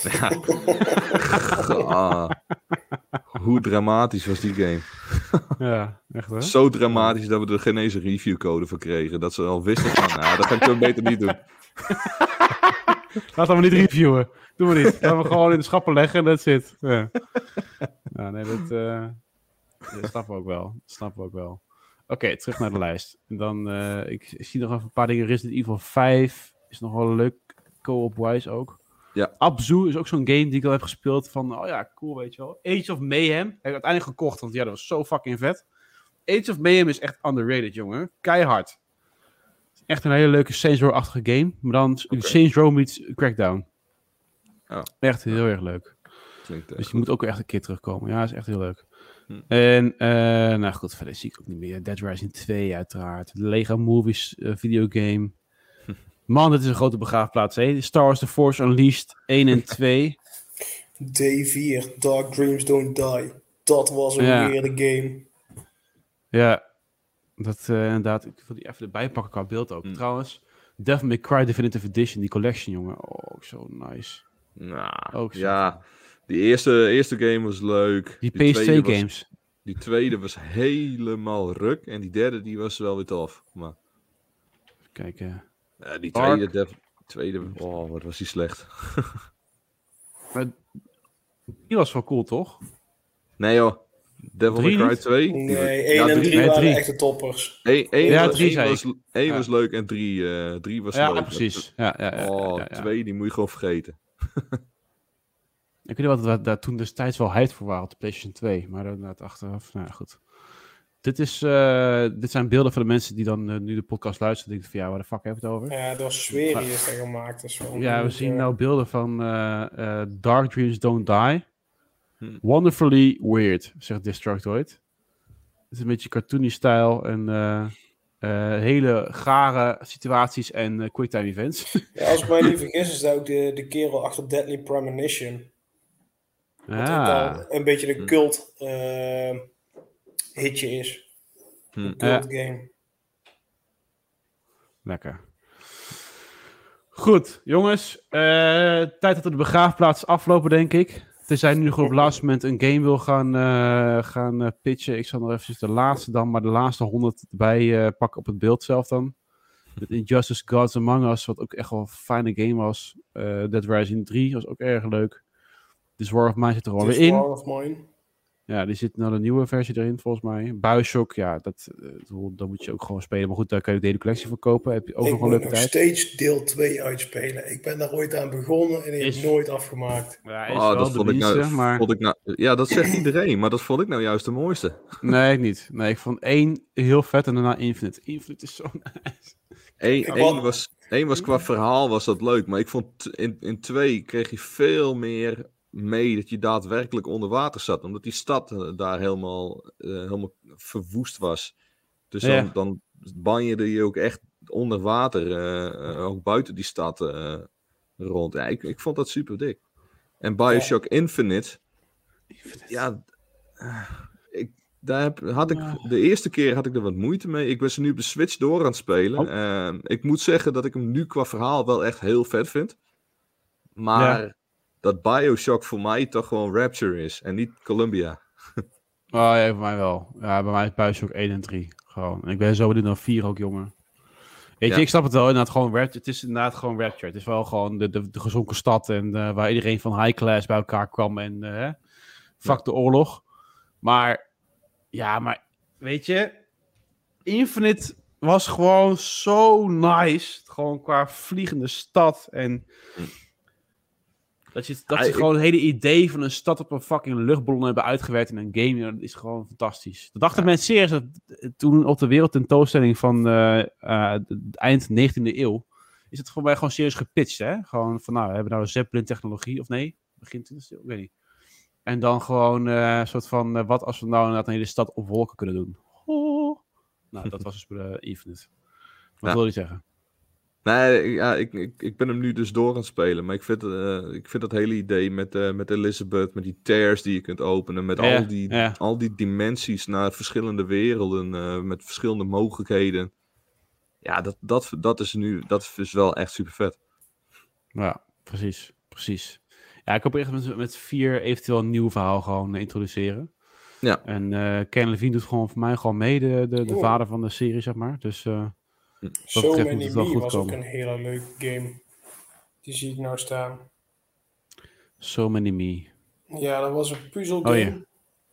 Ja. Hoe dramatisch was die game? Ja, echt hè? Zo dramatisch dat we er geen eens een reviewcode voor kregen. Dat ze al wisten van, dat ga ik zo beter niet doen. Laten we niet reviewen. Doen we niet. Laten we gewoon in de schappen leggen en that's it. Ja. Nee, dat snappen we ook wel. Oké, terug naar de lijst. En dan, ik zie nog even een paar dingen. Resident Evil 5 is nog wel leuk. Co-op-wise ook. Ja. Abzu is ook zo'n game die ik al heb gespeeld van, cool, weet je wel. Age of Mayhem heb ik uiteindelijk gekocht, want dat was zo fucking vet. Age of Mayhem is echt underrated, jongen. Keihard. Echt een hele leuke Saints Row-achtige game. Maar dan Saints Row meets Crackdown. Oh. Echt heel erg leuk. Klinkt dus je moet ook echt een keer terugkomen. Ja, is echt heel leuk. En, nou goed, verder zie ik ook niet meer. Dead Rising 2 uiteraard. De Lego Movies videogame. Man, dit is een grote begraafplaats, hè? Star Wars The Force Unleashed 1 en 2. D4, Dark Dreams Don't Die. Dat was een weirde game. Ja, dat inderdaad. Ik wil die even erbij pakken qua beeld ook. Trouwens, Devil May Cry Definitive Edition, die collection, jongen. Oh, zo nice. Nou, die eerste game was leuk. Die PS2-games. Die tweede was helemaal ruk. En die derde, die was wel weer tof. Maar... Kijk, die tweede, wat was die slecht. Maar die was wel cool, toch? Nee joh. Devil May Cry 2? Nee, 1 en 3 waren echt de toppers. 1 was leuk en 3 was leuk. Ja, precies. Ja. 2 die moet je gewoon vergeten. Ik weet niet wat we daar toen destijds wel hyped voor waren op de PlayStation 2. Maar inderdaad achteraf, nou goed. dit zijn beelden van de mensen die dan nu de podcast luisteren. Denken van, ja, waar de fuck heeft het over? Ja, door Swery is dat gemaakt. Dus we zien nou beelden van Dark Dreams Don't Die. Wonderfully weird, zegt Destructoid. Het is een beetje cartoony stijl en hele gare situaties en quicktime events. Ja, als ik mij niet vergis, is dat ook de kerel achter Deadly Premonition. Wat een beetje de cult hitje is. Een cult game. Lekker. Goed, jongens. Tijd dat we de begraafplaats aflopen, denk ik. Tenzij nu nog op het laatste moment een game wil gaan pitchen. Ik zal nog even de laatste dan, maar de laatste 100 erbij pakken op het beeld zelf dan. Met Injustice Gods Among Us, wat ook echt wel een fijne game was. Dead Rising 3 was ook erg leuk. This War of Mine zit er alweer in. War of Mine. Ja, die zit nou de nieuwe versie erin, volgens mij. Bioshock, ja, dat moet je ook gewoon spelen. Maar goed, daar kan je de hele collectie voor kopen. Heb je ook nog een leuke tijd. Ik moet nog steeds deel 2 uitspelen. Ik ben daar ooit aan begonnen en ik heb nooit afgemaakt. Ja, dat vond ik nou, maar... Ja, dat zegt iedereen, maar dat vond ik nou juist de mooiste. Nee, ik niet. Nee, ik vond 1 heel vet en daarna Infinite. Infinite is zo nice. 1 was qua verhaal was dat leuk, maar ik vond in 2 kreeg je veel meer mee dat je daadwerkelijk onder water zat. Omdat die stad daar helemaal verwoest was. Dus dan banjerde je ook echt onder water. Ook buiten die stad rond. Ja, ik vond dat super dik. En Bioshock Infinite. Ja, de eerste keer had ik er wat moeite mee. Ik ben ze nu op de Switch door aan het spelen. Ik moet zeggen dat ik hem nu qua verhaal wel echt heel vet vind. Maar... Ja. Dat Bioshock voor mij toch gewoon Rapture is en niet Columbia. Ja, voor mij wel. Ja, bij mij is Bioshock 1 en 3 gewoon. En ik ben zo benieuwd naar 4 ook, jongen. Weet je, ik snap het wel. Inderdaad, gewoon Rapture. Het is inderdaad gewoon Rapture. Het is wel gewoon de gezonken stad en waar iedereen van high class bij elkaar kwam en fuck de oorlog. Maar, weet je, Infinite was gewoon zo nice. Gewoon qua vliegende stad en... Dat ze gewoon het hele idee van een stad op een fucking luchtballon hebben uitgewerkt in een game, dat is gewoon fantastisch. Dat dachten mensen serieus dat toen op de wereldtentoonstelling van eind 19e eeuw, is het voor mij gewoon serieus gepitcht, hè? Gewoon van, we hebben nou een Zeppelin-technologie, of nee, begin 20e eeuw, ik weet niet. En dan gewoon een soort van, wat als we nou inderdaad een hele stad op wolken kunnen doen? Oh. Nou, dat was dus bij Infinite. Wat wil je zeggen? Nee, ja, ik ben hem nu dus door aan het spelen. Maar ik vind dat hele idee met Elizabeth, met die tears die je kunt openen, met al die dimensies naar verschillende werelden, met verschillende mogelijkheden. Ja, dat is wel echt super vet. Ja, precies. Ja, ik hoop echt met 4 eventueel een nieuw verhaal gewoon introduceren. Ja. En Ken Levine doet gewoon voor mij gewoon mee, de vader van de serie, zeg maar. Dus... So Many Me was ook een hele leuke game. Die zie ik nou staan. So Many Me. Ja, dat was een puzzelgame.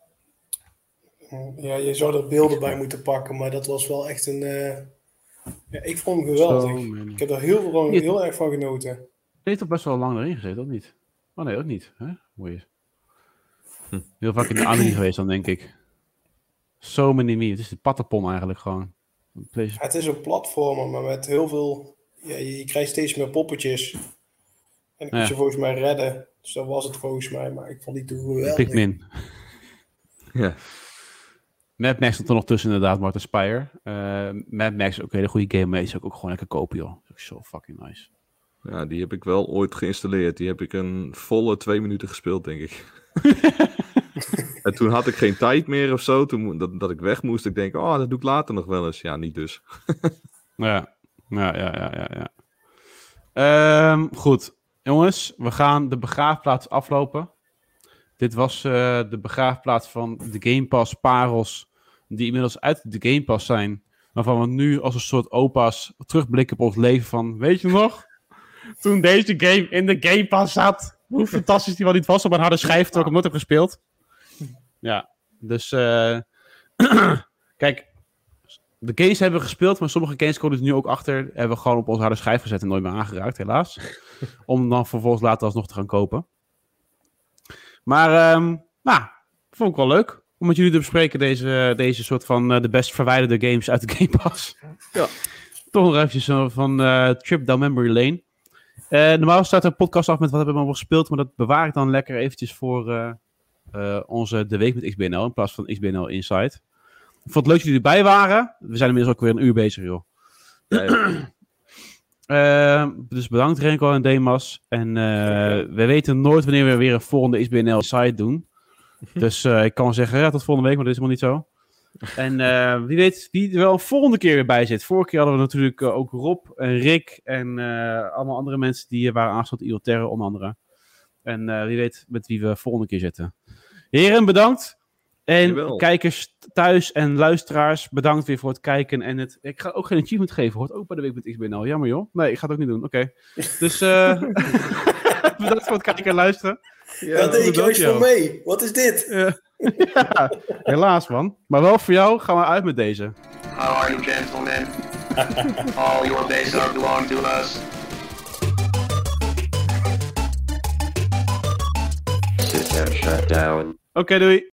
Ja, je zou er beelden bij moeten pakken, maar dat was wel echt een... ik vond hem geweldig. Ik heb er heel erg van genoten. Je heeft toch best wel lang erin gezeten, of niet? Oh nee, ook niet. Hè? Weird. Heel vaak in de anime geweest dan, denk ik. So Many Me. Het is de patapon eigenlijk gewoon. Het is een platformer, maar met heel veel... Ja, je krijgt steeds meer poppetjes. En dan moet je volgens mij redden. Dus dat was het volgens mij, maar ik vond die toen geweldig. Pikmin. Ja. Mad Max stond er nog tussen inderdaad, Martin Spire. Mad Max is ook een hele goede game, maar is ook gewoon lekker kopen, joh. Dat is zo fucking nice. Ja, die heb ik wel ooit geïnstalleerd. Die heb ik een volle 2 minuten gespeeld, denk ik. En toen had ik geen tijd meer of zo. Toen dat ik weg moest. Ik denk, dat doe ik later nog wel eens. Ja, niet dus. Ja. Goed. Jongens, we gaan de begraafplaats aflopen. Dit was de begraafplaats van de Game Pass parels. Die inmiddels uit de Game Pass zijn. Waarvan we nu als een soort opa's terugblikken op ons leven van... Weet je nog? Toen deze game in de Game Pass zat. Hoe fantastisch die wel niet was op een harde schijf. Terwijl ik hem nooit heb gespeeld. Ja, dus... Kijk, de games hebben we gespeeld. Maar sommige games komen dus nu ook achter. Hebben we gewoon op onze harde schijf gezet en nooit meer aangeraakt, helaas. Om dan vervolgens later alsnog te gaan kopen. Maar, vond ik wel leuk. om met jullie te bespreken deze soort van de best verwijderde games uit de Game Pass. Ja. Toch nog eventjes van Trip Down Memory Lane. Normaal staat de podcast af met wat hebben we allemaal gespeeld, maar dat bewaar ik dan lekker eventjes voor onze De Week met XBNL in plaats van XBNL Inside. Ik vond het leuk dat jullie erbij waren. We zijn inmiddels ook weer een uur bezig, joh. Dus bedankt Renko en Demas. En we weten nooit wanneer we weer een volgende XBNL Inside doen. Dus ik kan zeggen, ja, tot volgende week, maar dat is helemaal niet zo. En wie weet wie er wel een volgende keer weer bij zit. Vorige keer hadden we natuurlijk ook Rob en Rick en allemaal andere mensen die waren aangesloten. IO Terror onder andere. En wie weet met wie we volgende keer zitten. Heren, bedankt. En Jawel. Kijkers thuis en luisteraars, bedankt weer voor het kijken. En ik ga ook geen achievement geven, hoort ook bij de Week met XBNL. Jammer joh. Nee, ik ga het ook niet doen. Oké. Dus bedankt voor het kijken en luisteren. Ja, daar deed ik juist voor mee. Wat is dit? Ja, helaas man. Maar wel voor jou gaan we uit met deze. How are you, gentlemen? All your days are belong to us. System shut down. Oké, doei.